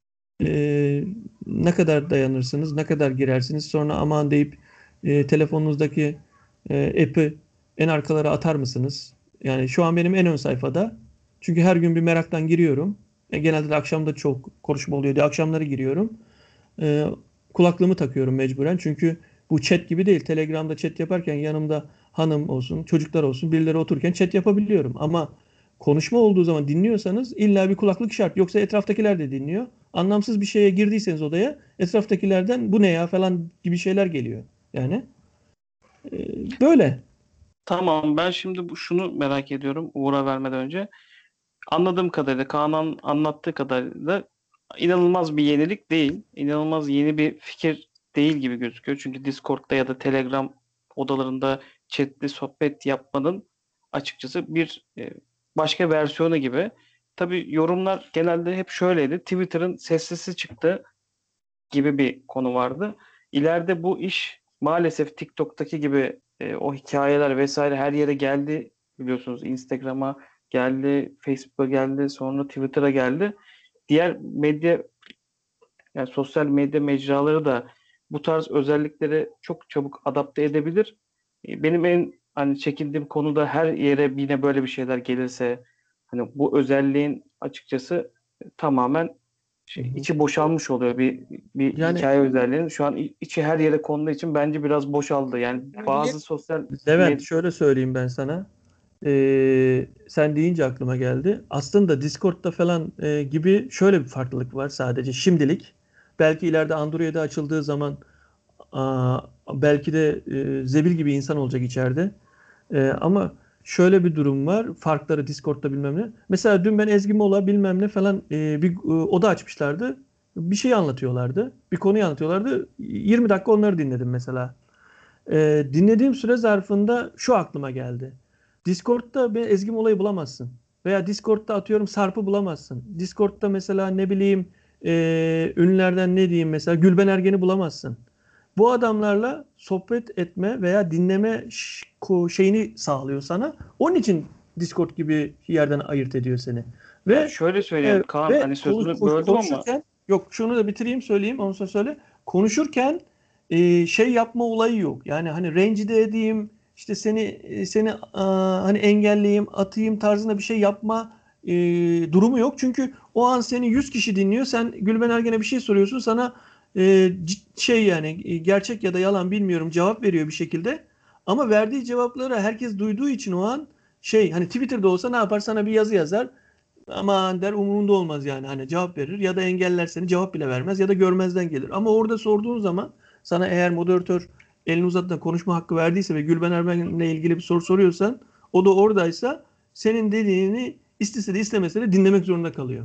Ne kadar dayanırsınız, ne kadar girersiniz, sonra aman deyip telefonunuzdaki app'i en arkalara atar mısınız? Yani şu an benim en ön sayfada. Çünkü her gün bir meraktan giriyorum. Genelde de akşamda çok konuşma oluyor diye akşamları giriyorum. E, Kulaklığımı takıyorum mecburen. Çünkü bu chat gibi değil. Telegram'da chat yaparken yanımda hanım olsun, çocuklar olsun, birileri otururken chat yapabiliyorum. Ama konuşma olduğu zaman dinliyorsanız illa bir kulaklık şart. Yoksa etraftakiler de dinliyor. Anlamsız bir şeye girdiyseniz odaya etraftakilerden bu ne ya falan gibi şeyler geliyor. Yani böyle. Tamam, ben şimdi şunu merak ediyorum Uğur'a vermeden önce. Anladığım kadarıyla, Kaan'ın anlattığı kadarıyla inanılmaz bir yenilik değil. İnanılmaz yeni bir fikir değil gibi gözüküyor. Çünkü Discord'da ya da Telegram odalarında chatli sohbet yapmanın açıkçası bir başka versiyonu gibi. Tabii yorumlar genelde hep şöyleydi. Twitter'ın sessizi çıktı gibi bir konu vardı. İleride bu iş maalesef TikTok'taki gibi o hikayeler vesaire her yere geldi, biliyorsunuz. Instagram'a geldi, Facebook'a geldi, sonra Twitter'a geldi. Diğer medya, yani sosyal medya mecraları da bu tarz özellikleri çok çabuk adapte edebilir. Benim en hani çekindiğim konuda her yere yine böyle bir şeyler gelirse, hani bu özelliğin açıkçası tamamen Hı hı. içi boşalmış oluyor bir Yani hikaye özelliğinin. Şu an içi her yere konduğu için bence biraz boşaldı. Yani Niye? bazı sosyal Levent medya şöyle söyleyeyim ben sana. Sen deyince aklıma geldi. Aslında Discord'da falan gibi şöyle bir farklılık var sadece şimdilik. Belki ileride Android'e açıldığı zaman belki de zebil gibi insan olacak içeride. Ama şöyle bir durum var. Farkları Discord'da bilmem ne. Mesela dün ben Ezgi Mola bilmem ne falan bir oda açmışlardı. Bir şey anlatıyorlardı. Bir konuyu anlatıyorlardı. 20 dakika onları dinledim mesela. Dinlediğim süre zarfında şu aklıma geldi. Discord'da bir Ezgi Mola'yı bulamazsın. Veya Discord'da atıyorum Sarp'ı bulamazsın. Discord'da mesela ne bileyim ünlülerden ne diyeyim mesela Gülben Ergen'i bulamazsın. Bu adamlarla sohbet etme veya dinleme şeyini sağlıyor sana. Onun için Discord gibi yerden ayırt ediyor seni. ya Ve şöyle söyleyeyim Kaan, ve hani sözünü böldüm ama konuşurken yok şunu da bitireyim söyleyeyim ondan sonra söyle. Konuşurken şey yapma olayı yok. Yani hani rencide edeyim işte seni hani engelleyeyim atayım tarzında bir şey yapma durumu yok. Çünkü o an seni 100 kişi dinliyor. Sen Gülben Ergen'e bir şey soruyorsun. Sana şey yani gerçek ya da yalan bilmiyorum cevap veriyor bir şekilde. Ama verdiği cevapları herkes duyduğu için o an şey hani Twitter'da olsa ne yapar sana bir yazı yazar. Aman der umurunda olmaz yani hani cevap verir ya da engeller seni cevap bile vermez ya da görmezden gelir. Ama orada sorduğun zaman sana eğer moderatör elini uzatıp da konuşma hakkı verdiyse ve Gülben Ergen'le ilgili bir soru soruyorsan o da oradaysa senin dediğini istese de istemese de dinlemek zorunda kalıyor.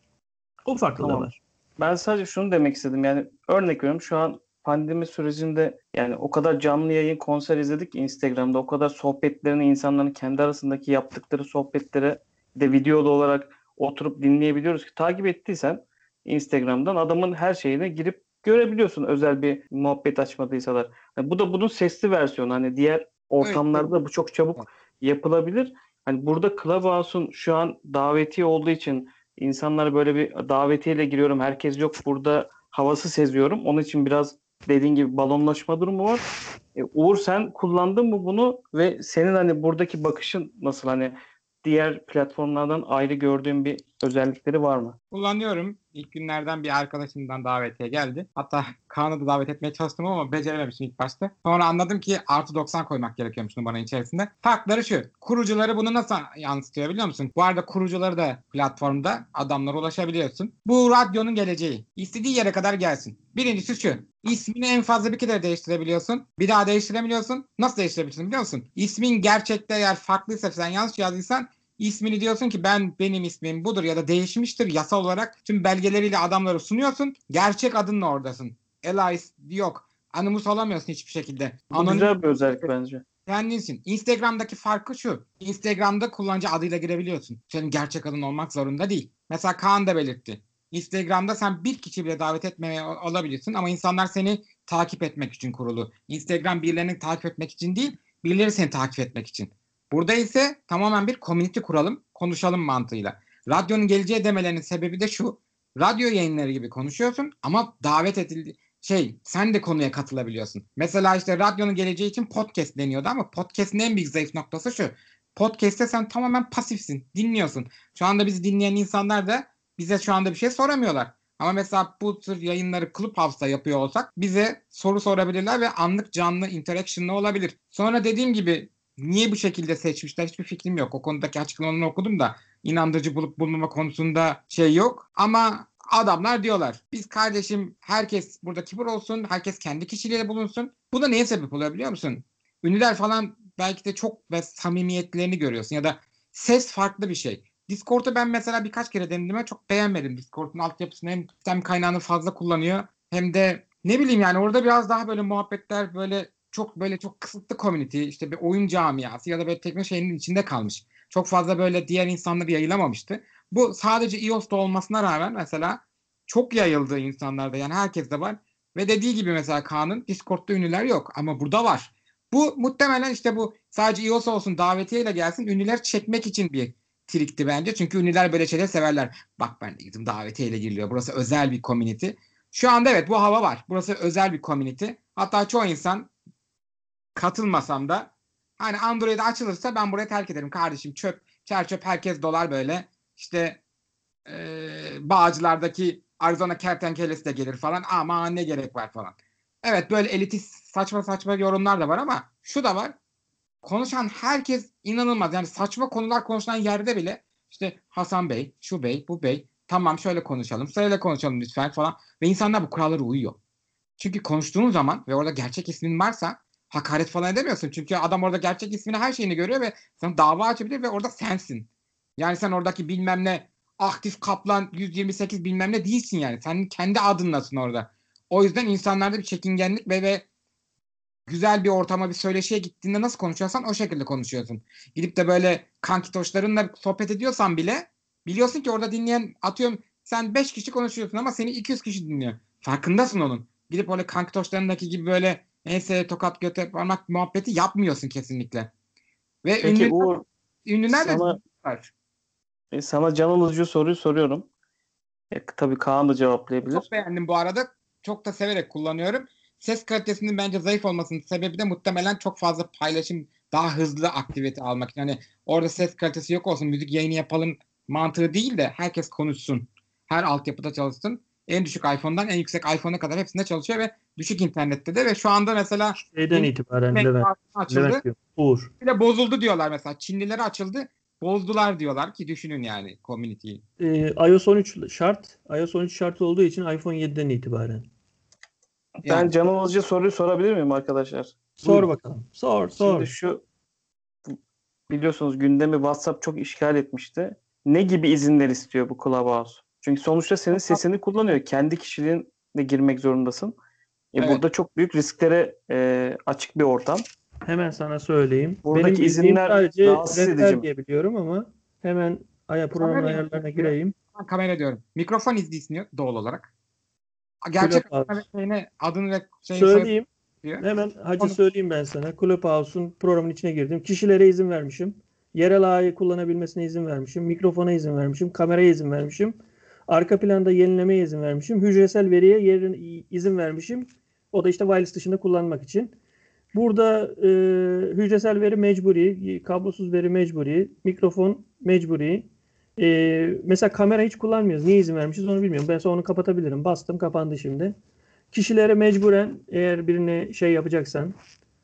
O farklılığı tamam. var. Ben sadece şunu demek istedim. Yani örnek veriyorum, şu an pandemi sürecinde yani o kadar canlı yayın, konser izledik ki Instagram'da, o kadar sohbetlerini, insanların kendi arasındaki yaptıkları sohbetleri de videolu olarak oturup dinleyebiliyoruz ki, takip ettiysen Instagram'dan adamın her şeyine girip görebiliyorsun, özel bir muhabbet açmadıysalar. Yani bu da bunun sesli versiyonu. Hani diğer Evet, evet. ortamlarda bu çok çabuk yapılabilir. Hani burada Clubhouse'un şu an daveti olduğu için İnsanlara böyle bir davetiyle giriyorum, herkes yok burada havası seziyorum. Onun için biraz dediğin gibi balonlaşma durumu var. Uğur, sen kullandın mı bunu ve senin hani buradaki bakışın nasıl? Hani diğer platformlardan ayrı gördüğün bir özellikleri var mı? Kullanıyorum. İlk günlerden bir arkadaşımdan davetiye geldi. Hatta Kaan'ı da davet etmeye çalıştım ama becerememişim ilk başta. Sonra anladım ki artı 90 koymak gerekiyormuş numaranın içerisinde. Farkları şu. Kurucuları bunu nasıl yansıtıyor biliyor musun? Bu arada kurucuları da platformda adamlara ulaşabiliyorsun. Bu radyonun geleceği. İstediği yere kadar gelsin. Birincisi şu. İsmini en fazla bir kere değiştirebiliyorsun. Bir daha değiştiremiyorsun. Nasıl değiştirebilirsin biliyor musun? İsmin gerçekte eğer farklıysa, sen yanlış yazdıysan, İsmini diyorsun ki benim ismim budur ya da değişmiştir yasal olarak. Tüm belgeleriyle adamları sunuyorsun. Gerçek adınla oradasın. Elias yok. Anonymous olamıyorsun hiçbir şekilde. Bu Anonim güzel bir özellik bence. kendinsin. Instagram'daki farkı şu. Instagram'da kullanıcı adıyla girebiliyorsun. Senin gerçek adın olmak zorunda değil. Mesela Kaan da belirtti. Instagram'da sen bir kişi bile davet etmeye olabilirsin ama insanlar seni takip etmek için kurulu. Instagram birilerini takip etmek için değil, birileri seni takip etmek için. Burada ise tamamen bir community kuralım, konuşalım mantığıyla. Radyonun geleceği demelerinin sebebi de şu. Radyo yayınları gibi konuşuyorsun ama davet edildi sen de konuya katılabiliyorsun. Mesela işte radyonun geleceği için podcast deniyordu ama podcast'in en büyük zayıf noktası şu. Podcast'te sen tamamen pasifsin, dinliyorsun. Şu anda bizi dinleyen insanlar da bize şu anda bir şey soramıyorlar. Ama mesela bu tür yayınları Clubhouse'da yapıyor olsak bize soru sorabilirler ve anlık canlı interaction'lı olabilir. Sonra dediğim gibi niye bu şekilde seçmişler hiçbir fikrim yok. O konudaki açıklamalarını okudum da inandırıcı bulup bulmama konusunda şey yok. Ama adamlar diyorlar biz kardeşim herkes burada kibir olsun, herkes kendi kişiliğiyle bulunsun. Bu da neye sebep oluyor biliyor musun? Ünlüler falan belki de çok ve samimiyetlerini görüyorsun ya da ses farklı bir şey. Discord'u ben mesela birkaç kere denedim ve çok beğenmedim. Discord'un altyapısını hem sistem kaynağını fazla kullanıyor hem de ne bileyim yani orada biraz daha böyle muhabbetler böyle çok kısıtlı community işte bir oyun camiası ya da böyle tekno şeyinin içinde kalmış. Çok fazla böyle diğer insanları yayılamamıştı. Bu sadece iOS'ta olmasına rağmen mesela çok yayıldı insanlarda yani herkeste var. Ve dediği gibi mesela Kaan'ın Discord'da ünlüler yok ama burada var. Bu muhtemelen işte bu sadece iOS olsun davetiyeyle gelsin ünlüler çekmek için bir trikti bence. Çünkü ünlüler böyle şeyler severler. Bak ben de gittim davetiyeyle giriliyor. Burası özel bir community. Şu anda evet bu hava var. Burası özel bir community. Hatta çoğu insan katılmasam da hani Android'e açılırsa ben burayı terk ederim kardeşim çöp çer çöp herkes dolar böyle işte Bağcılar'daki Arizona kertenkelesi de gelir falan. Ama ne gerek var falan. Evet, böyle elitist saçma saçma yorumlar da var ama şu da var. Konuşan herkes inanılmaz. Yani saçma konular konuşulan yerde bile işte Hasan Bey, şu bey, bu bey, tamam şöyle konuşalım, sırayla konuşalım lütfen falan. Ve insanlar bu kurallara uyuyor. Çünkü konuştuğun zaman ve orada gerçek ismin varsa hakaret falan edemiyorsun. Çünkü adam orada gerçek ismini, her şeyini görüyor ve sana dava açabilir ve orada sensin. Yani sen oradaki bilmem ne aktif kaplan 128 bilmem ne değilsin yani. Sen kendi adınlasın orada. O yüzden insanlarda bir çekingenlik ve güzel bir ortama, bir söyleşiye gittiğinde nasıl konuşuyorsan o şekilde konuşuyorsun. Gidip de böyle kankitoşlarınla sohbet ediyorsan bile biliyorsun ki orada dinleyen, atıyorum sen 5 kişi konuşuyorsun ama seni 200 kişi dinliyor. Farkındasın onun. Gidip öyle kankitoşlarındaki gibi böyle ense tokat göte parmak muhabbeti yapmıyorsun kesinlikle. Ve Peki Uğur, ünlüler de sana var. sana can alıcı soruyu soruyorum. Tabii Kaan da Çok cevaplayabilir. beğendim bu arada. Çok da severek kullanıyorum. Ses kalitesinin bence zayıf olmasının sebebi de muhtemelen çok fazla paylaşım, daha hızlı aktivite almak için. Yani orada ses kalitesi yok olsun, müzik yayını yapalım mantığı değil de herkes konuşsun. Her altyapıda çalışsın. En düşük iPhone'dan en yüksek iPhone'a kadar hepsinde çalışıyor ve düşük internette de, ve şu anda mesela Şeyden yeni itibaren Mac Levent. açıldı. Levent diyor. Uğur. Bir de bozuldu diyorlar mesela. Çinlilere açıldı. Bozdular diyorlar ki, düşünün yani community'yi. iOS 13 şart. iOS 13 şart olduğu için iPhone 7'den itibaren. Ben Yani can alıcı soruyu sorabilir miyim arkadaşlar? Sor buyurun. bakalım. Sor, Şimdi sor. şu, biliyorsunuz gündemi WhatsApp çok işgal etmişti. Ne gibi izinler istiyor bu Clubhouse? Çünkü sonuçta senin sesini kullanıyor. Kendi kişiliğinle girmek zorundasın. Evet. Burada çok büyük risklere açık bir ortam. Hemen sana söyleyeyim. Benim Buradaki bildiğim izinler sadece rahatsız edici rehber mi? diye biliyorum ama hemen programın Kamera ayarlarına diyor. gireyim. Kamera diyorum. Mikrofon izni istiyor doğal olarak. Gerçek adını ve Clubhouse. şeyini, adını ve şeyini soyup Söyleyeyim. diyor. Hemen hacı Onu söyleyeyim ben sana. Clubhouse'un programın içine girdim. Kişilere izin vermişim. Yerel ağıyı kullanabilmesine izin vermişim. Mikrofona izin vermişim. Kameraya izin vermişim. Arka planda yenilemeye izin vermişim. Hücresel veriye izin vermişim. O da işte wireless dışında kullanmak için. Burada hücresel veri mecburi, kablosuz veri mecburi, mikrofon mecburi. Mesela kamera hiç kullanmıyoruz. Niye izin vermişiz onu bilmiyorum. Ben sonra onu kapatabilirim. Bastım, kapandı şimdi. Kişilere mecburen, eğer birine şey yapacaksan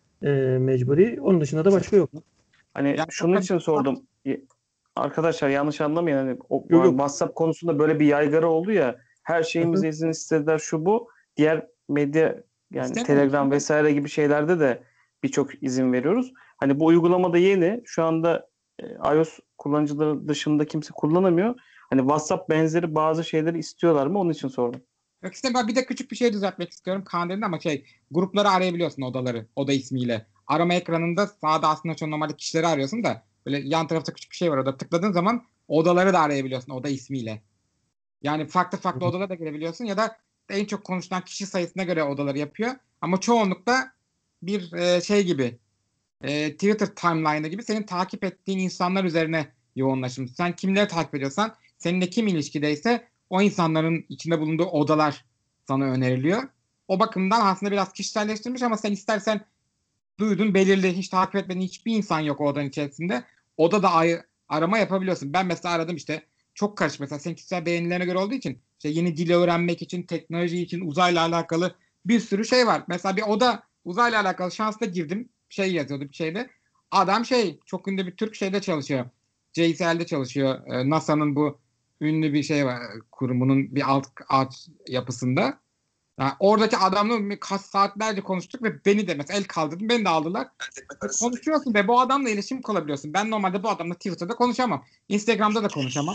mecburi. Onun dışında da başka yok. Hani yani şunun için sordum. Arkadaşlar yanlış anlamayın. Hani Yok, yok. WhatsApp konusunda böyle bir yaygara oldu ya. Her Hı hı. şeyimize izin istediler, şu bu. Diğer medya, yani istemiyorum. Telegram vesaire gibi şeylerde de birçok izin veriyoruz. Hani bu uygulamada yeni. Şu anda iOS kullanıcıları dışında kimse kullanamıyor. Hani WhatsApp benzeri bazı şeyleri istiyorlar mı? Onun için sordum. Yok işte, ben bir de küçük bir şey düzeltmek istiyorum. Kaan dedin ama grupları arayabiliyorsun, odaları. Oda ismiyle. Arama ekranında sağda aslında çok normalde kişileri arıyorsun da böyle yan tarafta küçük bir şey var, orada tıkladığın zaman odaları da arayabiliyorsun oda ismiyle. Yani farklı farklı odalara da girebiliyorsun ya da en çok konuşulan kişi sayısına göre odaları yapıyor. Ama çoğunlukla bir şey gibi, Twitter timeline'ı gibi senin takip ettiğin insanlar üzerine yoğunlaşım. Sen kimleri takip ediyorsan, seninle kim ilişkideyse o insanların içinde bulunduğu odalar sana öneriliyor. O bakımdan aslında biraz kişiselleştirmiş ama sen istersen duydun belirli, hiç takip etmediğin hiçbir insan yok o odanın içerisinde. Odada arama yapabiliyorsun. Ben mesela aradım işte, çok karışık, mesela senin kişisel beğenilerine göre olduğu için işte yeni dil öğrenmek için, teknoloji için, uzayla alakalı bir sürü şey var. Mesela bir oda uzayla alakalı şansla girdim. Şey yazıyordu bir şeyde. Adam çok ünlü bir Türk şeyde çalışıyor. JSL'de çalışıyor. NASA'nın bu ünlü bir şey var, kurumunun bir alt yapısında. Yani oradaki adamla kaç saatlerce konuştuk ve beni de mesela el kaldırdım, beni de aldılar. Konuşuyorsun ve bu adamla iletişim kurabiliyorsun. Ben normalde bu adamla Twitter'da konuşamam. Instagram'da da konuşamam.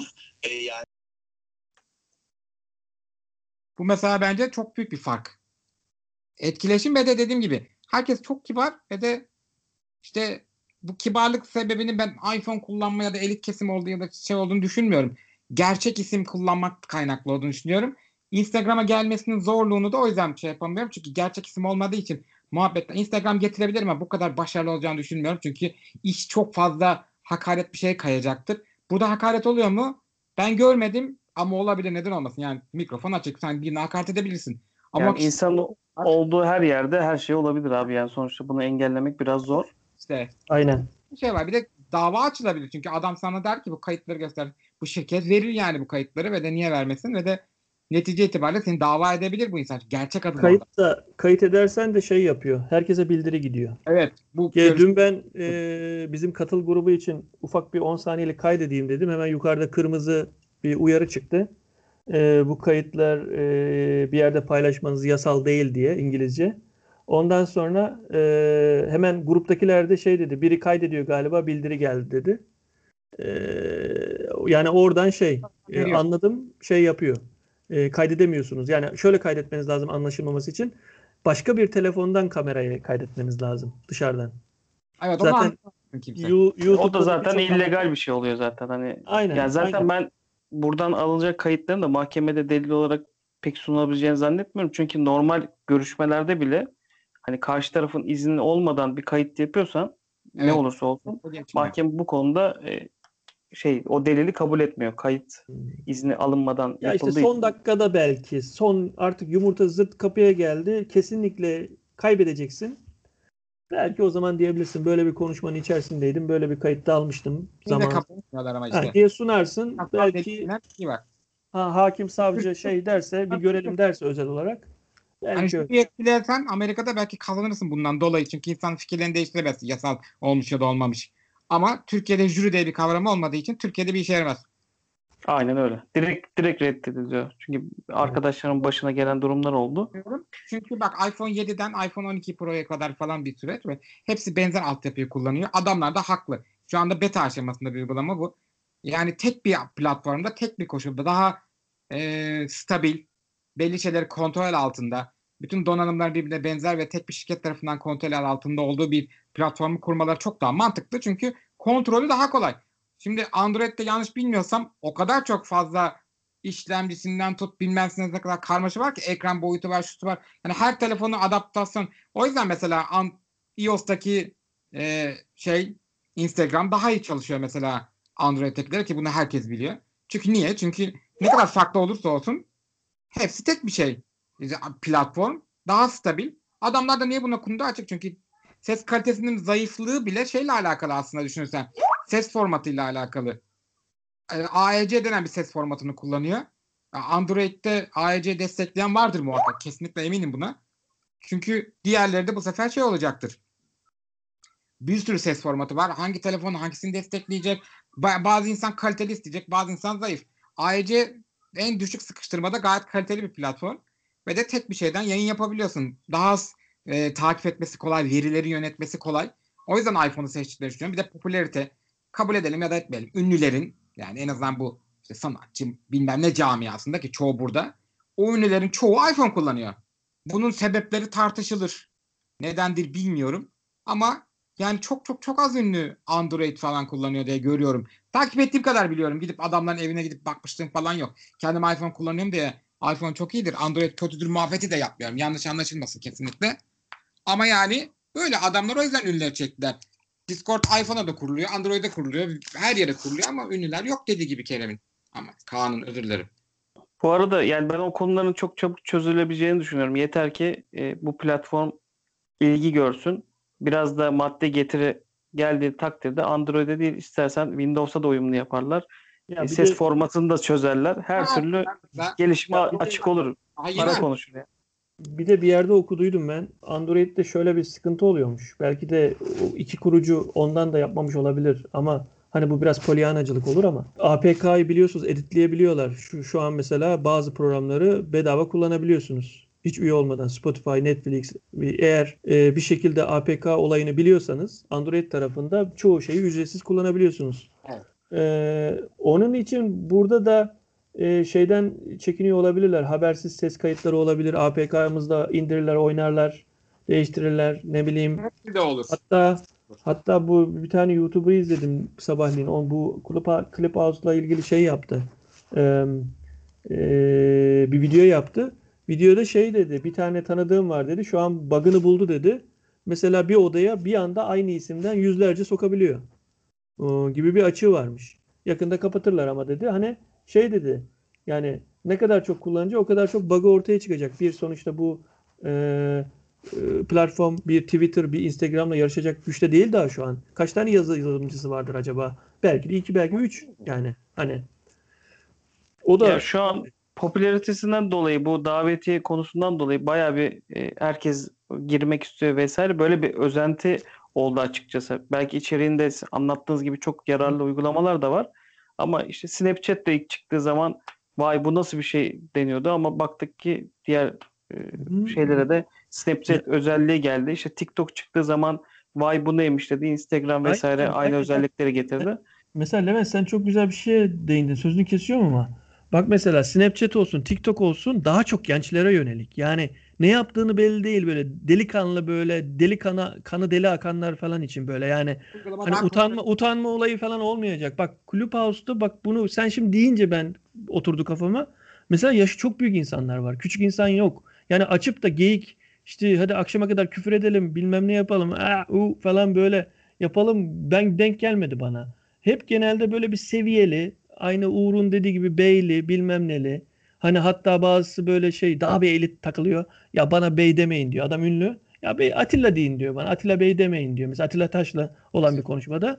Bu mesela bence çok büyük bir fark. Etkileşim ve de dediğim gibi herkes çok kibar ve de işte bu kibarlık sebebini ben iPhone kullanma ya da elit kesim olduğu ya da şey olduğunu düşünmüyorum. Gerçek isim kullanmak kaynaklı olduğunu düşünüyorum. Instagram'a gelmesinin zorluğunu da o yüzden şey yapamıyorum. Çünkü gerçek isim olmadığı için muhabbetle Instagram getirebilir ama bu kadar başarılı olacağını düşünmüyorum. Çünkü iş çok fazla hakaret bir şeye kayacaktır. Burada hakaret oluyor mu? Ben görmedim ama olabilir. Neden olmasın? Yani mikrofon açık. Sen birine hakaret edebilirsin. Ama o Yani kişi insan olduğu her yerde her şey olabilir abi. Yani sonuçta bunu engellemek biraz zor. işte Aynen. bir şey var. Bir de dava açılabilir. Çünkü adam sana der ki bu kayıtları göster. bu şirket verir yani bu kayıtları ve de niye vermesin ve de netice itibariyle seni dava edebilir bu insan. Gerçek adın orada. Kayıt edersen de şey yapıyor. Herkese bildiri gidiyor. Evet. Bu Ya dün ben bizim katıl grubu için ufak bir 10 saniyelik kaydedeyim dedim. Hemen yukarıda kırmızı bir uyarı çıktı. Bu kayıtlar bir yerde paylaşmanız yasal değil diye İngilizce. Ondan sonra hemen gruptakiler de şey dedi. Biri kaydediyor galiba, bildiri geldi dedi. Yani oradan Veriyor. anladım, şey yapıyor. Kaydedemiyorsunuz. Yani şöyle kaydetmeniz lazım anlaşılmaması için. Başka bir telefondan kamerayı kaydetmeniz lazım dışarıdan. Evet, onu Zaten anlamasın kimse. O da YouTube'da zaten birçok illegal bir şey oluyor zaten. Hani Aynen. yani zaten aynen. ben buradan alınacak kayıtların da mahkemede delil olarak pek sunulabileceğini zannetmiyorum. Çünkü normal görüşmelerde bile hani karşı tarafın izni olmadan bir kayıt yapıyorsan ne Evet. olursa olsun O geçmiyor. mahkeme bu konuda o delili kabul etmiyor. Kayıt izni alınmadan Ya işte yapıldığı son için. dakikada belki artık yumurta zırt kapıya geldi. Kesinlikle kaybedeceksin. Belki o zaman diyebilirsin böyle bir konuşmanın içerisindeydim. Böyle bir kayıtta almıştım Yine de zaman. kabul etmiyorlar ama işte. Diye sunarsın. Yasal Belki deliller iyi var. hakim savcı şey derse bir görelim derse özel olarak. Hani Belki şu öyle. bir etkilersen Amerika'da belki kazanırsın bundan dolayı. Çünkü insan fikirlerini değiştiremez. Yasal olmuş ya da olmamış. Ama Türkiye'de jüri diye bir kavram olmadığı için Türkiye'de bir işe yaramaz. Aynen öyle. Direkt reddediliyor. Çünkü arkadaşlarımın başına gelen durumlar oldu. Çünkü bak iPhone 7'den iPhone 12 Pro'ya kadar falan bir süreç ve hepsi benzer altyapıyı kullanıyor. Adamlar da haklı. Şu anda beta aşamasında bir uygulama bu. Yani tek bir platformda, tek bir koşulda daha stabil, belli şeyleri kontrol altında, bütün donanımlar birbirine benzer ve tek bir şirket tarafından kontrol altında olduğu bir platformu kurmaları çok daha mantıklı. Çünkü kontrolü daha kolay. Şimdi Android'de yanlış bilmiyorsam o kadar çok fazla işlemcisinden tut bilmem ne kadar karmaşa var ki ekran boyutu var, şusu var. Yani her telefonun adaptasyon. O yüzden mesela iOS'taki Instagram daha iyi çalışıyor mesela Android'tekileri ki bunu herkes biliyor. Çünkü niye? Çünkü ne kadar farklı olursa olsun hepsi tek bir şey. Platform daha stabil. Adamlar da niye buna kundu açık? Çünkü ses kalitesinin zayıflığı bile şeyle alakalı aslında düşünürsen. Ses formatıyla alakalı. AEC denen bir ses formatını kullanıyor. Android'de AEC destekleyen vardır muhakkak. Kesinlikle eminim buna. Çünkü diğerleri de bu sefer şey olacaktır. Bir sürü ses formatı var. Hangi telefon hangisini destekleyecek? Bazı insan kaliteli isteyecek, bazı insan zayıf. AEC en düşük sıkıştırmada gayet kaliteli bir platform. Ve de tek bir şeyden yayın yapabiliyorsun. Daha az takip etmesi kolay, verileri yönetmesi kolay. O yüzden iPhone'u seçtikleri düşünüyorum. Bir de popülarite. Kabul edelim ya da etmeyelim. Ünlülerin yani en azından bu işte sanatçı bilmem ne camiasında ki çoğu burada. O ünlülerin çoğu iPhone kullanıyor. Bunun sebepleri tartışılır. Nedendir bilmiyorum. Ama yani çok çok çok az ünlü Android falan kullanıyor diye görüyorum. Takip ettiğim kadar biliyorum. Gidip adamların evine gidip bakmışlığım falan yok. Kendim iPhone kullanıyorum diye iPhone çok iyidir. Android kötüdür muhabbeti de yapmıyorum. Yanlış anlaşılmasın kesinlikle. Ama yani böyle adamlar o yüzden ünlüler çektiler. Discord iPhone'a da kuruluyor, Android'e kuruluyor. Her yere kuruluyor ama ünlüler yok dediği gibi Kerem'in. Ama Kaan'ın özür dilerim. Bu arada yani ben o konuların çok çabuk çözülebileceğini düşünüyorum. Yeter ki bu platform ilgi görsün. Biraz da madde getiri geldiği takdirde Android'e değil istersen Windows'a da uyumlu yaparlar. Ya bir Ses de formatını da çözerler. Her türlü gelişime açık olur. Para konuşur yani. bir yerde okuduydum ben. Android'de şöyle bir sıkıntı oluyormuş. Belki de o iki kurucu ondan da yapmamış olabilir ama hani bu biraz polyanacılık olur ama APK'yı biliyorsunuz editleyebiliyorlar. Şu an mesela bazı programları bedava kullanabiliyorsunuz. Hiç üye olmadan Spotify, Netflix eğer bir şekilde APK olayını biliyorsanız Android tarafında çoğu şeyi ücretsiz kullanabiliyorsunuz. Evet. Onun için burada da şeyden çekiniyor olabilirler. Habersiz ses kayıtları olabilir. APK'mızda indirirler, oynarlar, değiştirirler. Ne bileyim. Hepsi de olur. Hatta bu bir tane YouTuber izledim sabahleyin. Bu Clubhouse'la ilgili şey yaptı. Bir video yaptı. Videoda şey dedi. Bir tane tanıdığım var dedi. Şu an bug'ını buldu dedi. Mesela bir odaya bir anda aynı isimden yüzlerce sokabiliyor. Gibi bir açığı varmış. Yakında kapatırlar ama dedi. Hani şey dedi. Yani ne kadar çok kullanıcı o kadar çok bug ortaya çıkacak. Bir sonuçta bu platform bir Twitter, bir Instagram'la yarışacak güçte değil daha şu an. Kaç tane yazılımcısı vardır acaba? Belki de 2, belki 3. Yani hani O da Ya şu an popülaritesinden dolayı, bu davetiye konusundan dolayı bayağı bir herkes girmek istiyor vesaire. Böyle bir özenti oldu açıkçası. Belki içeriğinde anlattığınız gibi çok yararlı uygulamalar da var. Ama işte Snapchat de ilk çıktığı zaman vay bu nasıl bir şey deniyordu, ama baktık ki diğer e, Hı, şeylere de ya, Snapchat özelliği geldi. İşte TikTok çıktığı zaman vay bu neymiş dedi. Instagram vesaire aynen, aynı aynen. Bak, özellikleri getirdi. mesela Levent sen çok güzel bir şeye değindin. Sözünü kesiyorum ama. Bak mesela Snapchat olsun, TikTok olsun daha çok gençlere yönelik. Yani ne yaptığını belli değil, böyle delikanlı, böyle kanı deli akanlar falan için böyle. Yani Uygulama hani daha kontrol. utanma olayı falan olmayacak. Bak Clubhouse'da, bak bunu sen şimdi deyince ben oturdu kafama. Mesela yaşı çok büyük insanlar var. Küçük insan yok. Yani açıp da geyik, işte hadi akşama kadar küfür edelim, bilmem ne yapalım, falan böyle yapalım, ben denk gelmedi bana. Hep genelde böyle bir seviyeli, aynı Uğur'un dediği gibi beyli, bilmem neli. Hani hatta bazısı böyle şey, daha bir elit takılıyor. Ya bana bey demeyin diyor. Adam ünlü. Ya bey Atilla deyin diyor bana. Atilla Bey demeyin diyor. Mesela Atilla Taş'la olan bir konuşmada.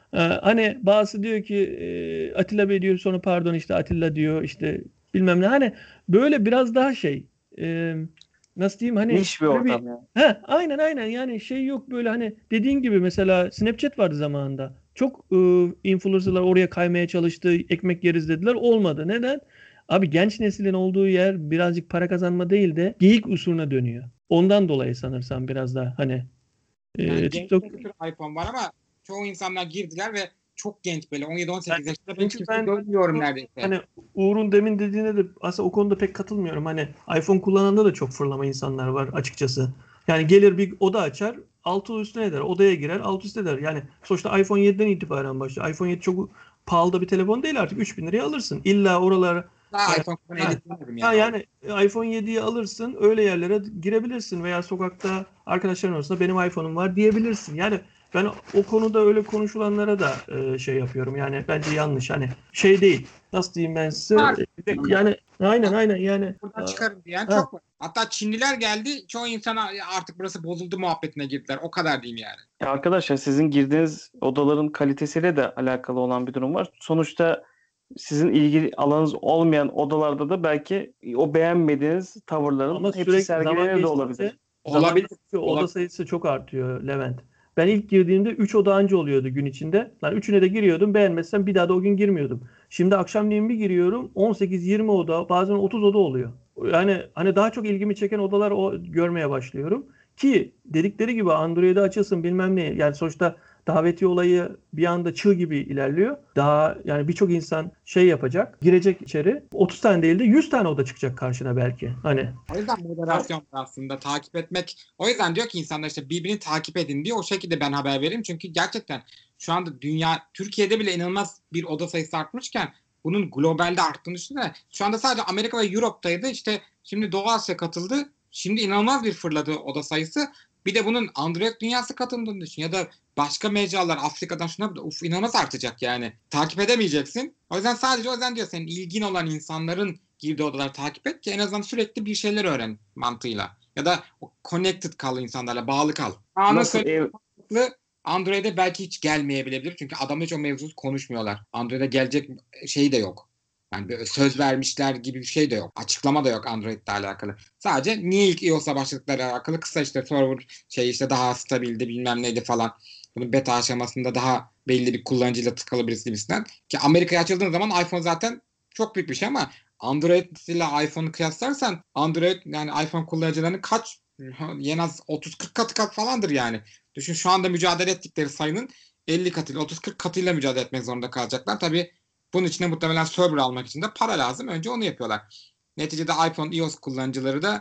Hani bazısı diyor ki Atilla Bey diyor, sonra pardon işte Atilla diyor, işte bilmem ne. Hani böyle biraz daha şey, e, nasıl diyeyim, hani Niş bir böyle bir, ortam yani. aynen yani şey yok böyle, hani dediğin gibi mesela Snapchat vardı zamanında. Çok influencerlar oraya kaymaya çalıştı. Ekmek yeriz dediler. Olmadı. Neden? Abi genç neslin olduğu yer birazcık para kazanma değil de geyik usulüne dönüyor. Ondan dolayı sanırsam biraz da hani Yani TikTok. gençte bir sürü iPhone var ama çoğu insanlar girdiler ve çok genç, böyle 17-18 yaşında ben hiç Çünkü kimse ben görmüyorum neredeyse. hani Uğur'un demin dediğine de aslında o konuda pek katılmıyorum. Hani iPhone kullananda da çok fırlama insanlar var açıkçası. Yani gelir bir oda açar, altı üstüne eder. Odaya girer, alt üst eder. Yani sonuçta iPhone 7'den itibaren başlıyor. iPhone 7 çok pahalı da bir telefon değil artık. 3.000 liraya alırsın. İlla oralara Daha e, iPhone kullanı ha, edinmedim yani. yani iPhone 7'yi alırsın, öyle yerlere girebilirsin veya sokakta arkadaşların arasında benim iPhone'um var diyebilirsin. Yani ben o konuda öyle konuşulanlara da şey yapıyorum. Yani bence yanlış. Hani şey değil. Nasıl diyeyim ben size? Var. Yani aynen yani. Buradan çıkarım diyen Ha, çok var. Hatta Çinliler geldi. Çoğu insana "Ya artık burası bozuldu" muhabbetine girdiler. O kadar diyeyim yani. Ya arkadaşlar, sizin girdiğiniz odaların kalitesiyle de alakalı olan bir durum var. Sonuçta sizin ilgi alanınız olmayan odalarda da belki o beğenmediğiniz tavırların ama hepsi sürekli sergileniyor da olabilir. zaman Olabilir. geçtikçe oda Olabilir. sayısı çok artıyor Levent. Ben ilk girdiğimde 3 oda anca oluyordu gün içinde. Ben üçüne de giriyordum. Beğenmezsem bir daha da o gün girmiyordum. Şimdi akşamleyin bir giriyorum. 18-20 oda, bazen 30 oda oluyor. Yani hani daha çok ilgimi çeken odalar o görmeye başlıyorum. Ki dedikleri gibi Android'e açılsın bilmem ne. Yani sonuçta daveti olayı bir anda çığ gibi ilerliyor. Daha yani birçok insan şey yapacak, girecek içeri. 30 tane değil de 100 tane oda çıkacak karşına belki. Hani O yüzden moderasyon da aslında takip etmek. O yüzden diyor ki insanlar işte birbirini takip edin diyor. O şekilde ben haber veririm. Çünkü gerçekten şu anda dünya, Türkiye'de bile inanılmaz bir oda sayısı artmışken bunun globalde arttığını düşünsene. Şu anda sadece Amerika ve Europe'daydı. İşte şimdi Doğu Asya katıldı. Şimdi inanılmaz bir fırladı oda sayısı. Bir de bunun Android dünyası katıldığını düşün. Ya da başka mecralar Afrika'dan şuna, inanılmaz artacak yani. Takip edemeyeceksin. O yüzden sadece, o yüzden diyor senin ilgin olan insanların girdiği odaları takip et ki en azından sürekli bir şeyler öğren mantığıyla. Ya da o connected kal, insanlarla bağlı kal. Anı Nasıl ev söylediği Android'e belki hiç gelmeyebilir. Çünkü adamla hiç o mevzu konuşmuyorlar. Android'e gelecek şey de yok. Yani bir söz vermişler gibi bir şey de yok. Açıklama da yok Android'le alakalı. Sadece niye ilk iOS'a başladıkları alakalı kısa, işte server şey işte daha stabildi bilmem neydi falan. Bunun beta aşamasında daha belli bir kullanıcıyla tıkalı birisi gibisinden. Ki Amerika'ya açıldığın zaman iPhone zaten çok büyük bir şey ama Android ile iPhone'u kıyaslarsan Android, yani iPhone kullanıcılarının kaç, en az 30-40 katı falandır yani. Düşün, şu anda mücadele ettikleri sayının 50 katıyla 30-40 katıyla mücadele etmek zorunda kalacaklar. Tabii bunun için de muhtemelen server almak için de para lazım. Önce onu yapıyorlar. Neticede iPhone iOS kullanıcıları da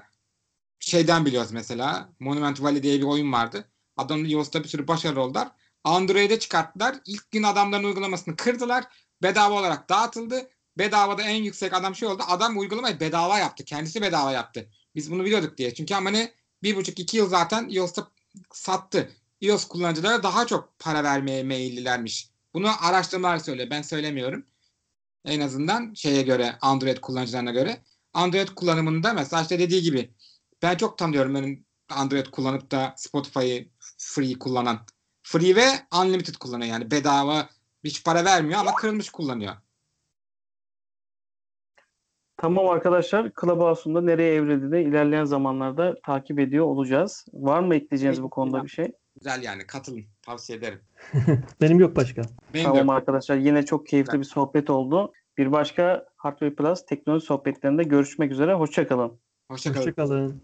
şeyden biliyoruz mesela. Monument Valley diye bir oyun vardı. Adamın iOS'ta bir sürü başarılı oldular. Android'e çıkarttılar. İlk gün adamların uygulamasını kırdılar. Bedava olarak dağıtıldı. Bedavada en yüksek adam şey oldu. Adam uygulamayı bedava yaptı. Kendisi bedava yaptı. Biz bunu biliyorduk diye. Çünkü ama ne, 1,5-2 yıl zaten iOS'ta sattı. iOS kullanıcılara daha çok para vermeye meyillilermiş. Bunu araştırmalar söylüyor. Ben söylemiyorum. En azından şeye göre, Android kullanıcılarına göre. Android kullanımında mesela işte dediği gibi ben çok tanıyorum benim Android kullanıp da Spotify'ı free kullanan. Free ve unlimited kullanıyor, yani bedava, hiç para vermiyor ama kırılmış kullanıyor. Tamam arkadaşlar, Clubhouse'un da nereye evrildiğini ilerleyen zamanlarda takip ediyor olacağız. Var mı ekleyeceğiniz bu konuda bir şey? Güzel yani, katılın. Tavsiye ederim. Benim yok başka. Benim de Tamam yok. arkadaşlar, yine çok keyifli bir sohbet oldu. Bir başka Hardware Plus teknoloji sohbetlerinde görüşmek üzere. Hoşça kalın. Hoşça kalın. Hoşça kalın.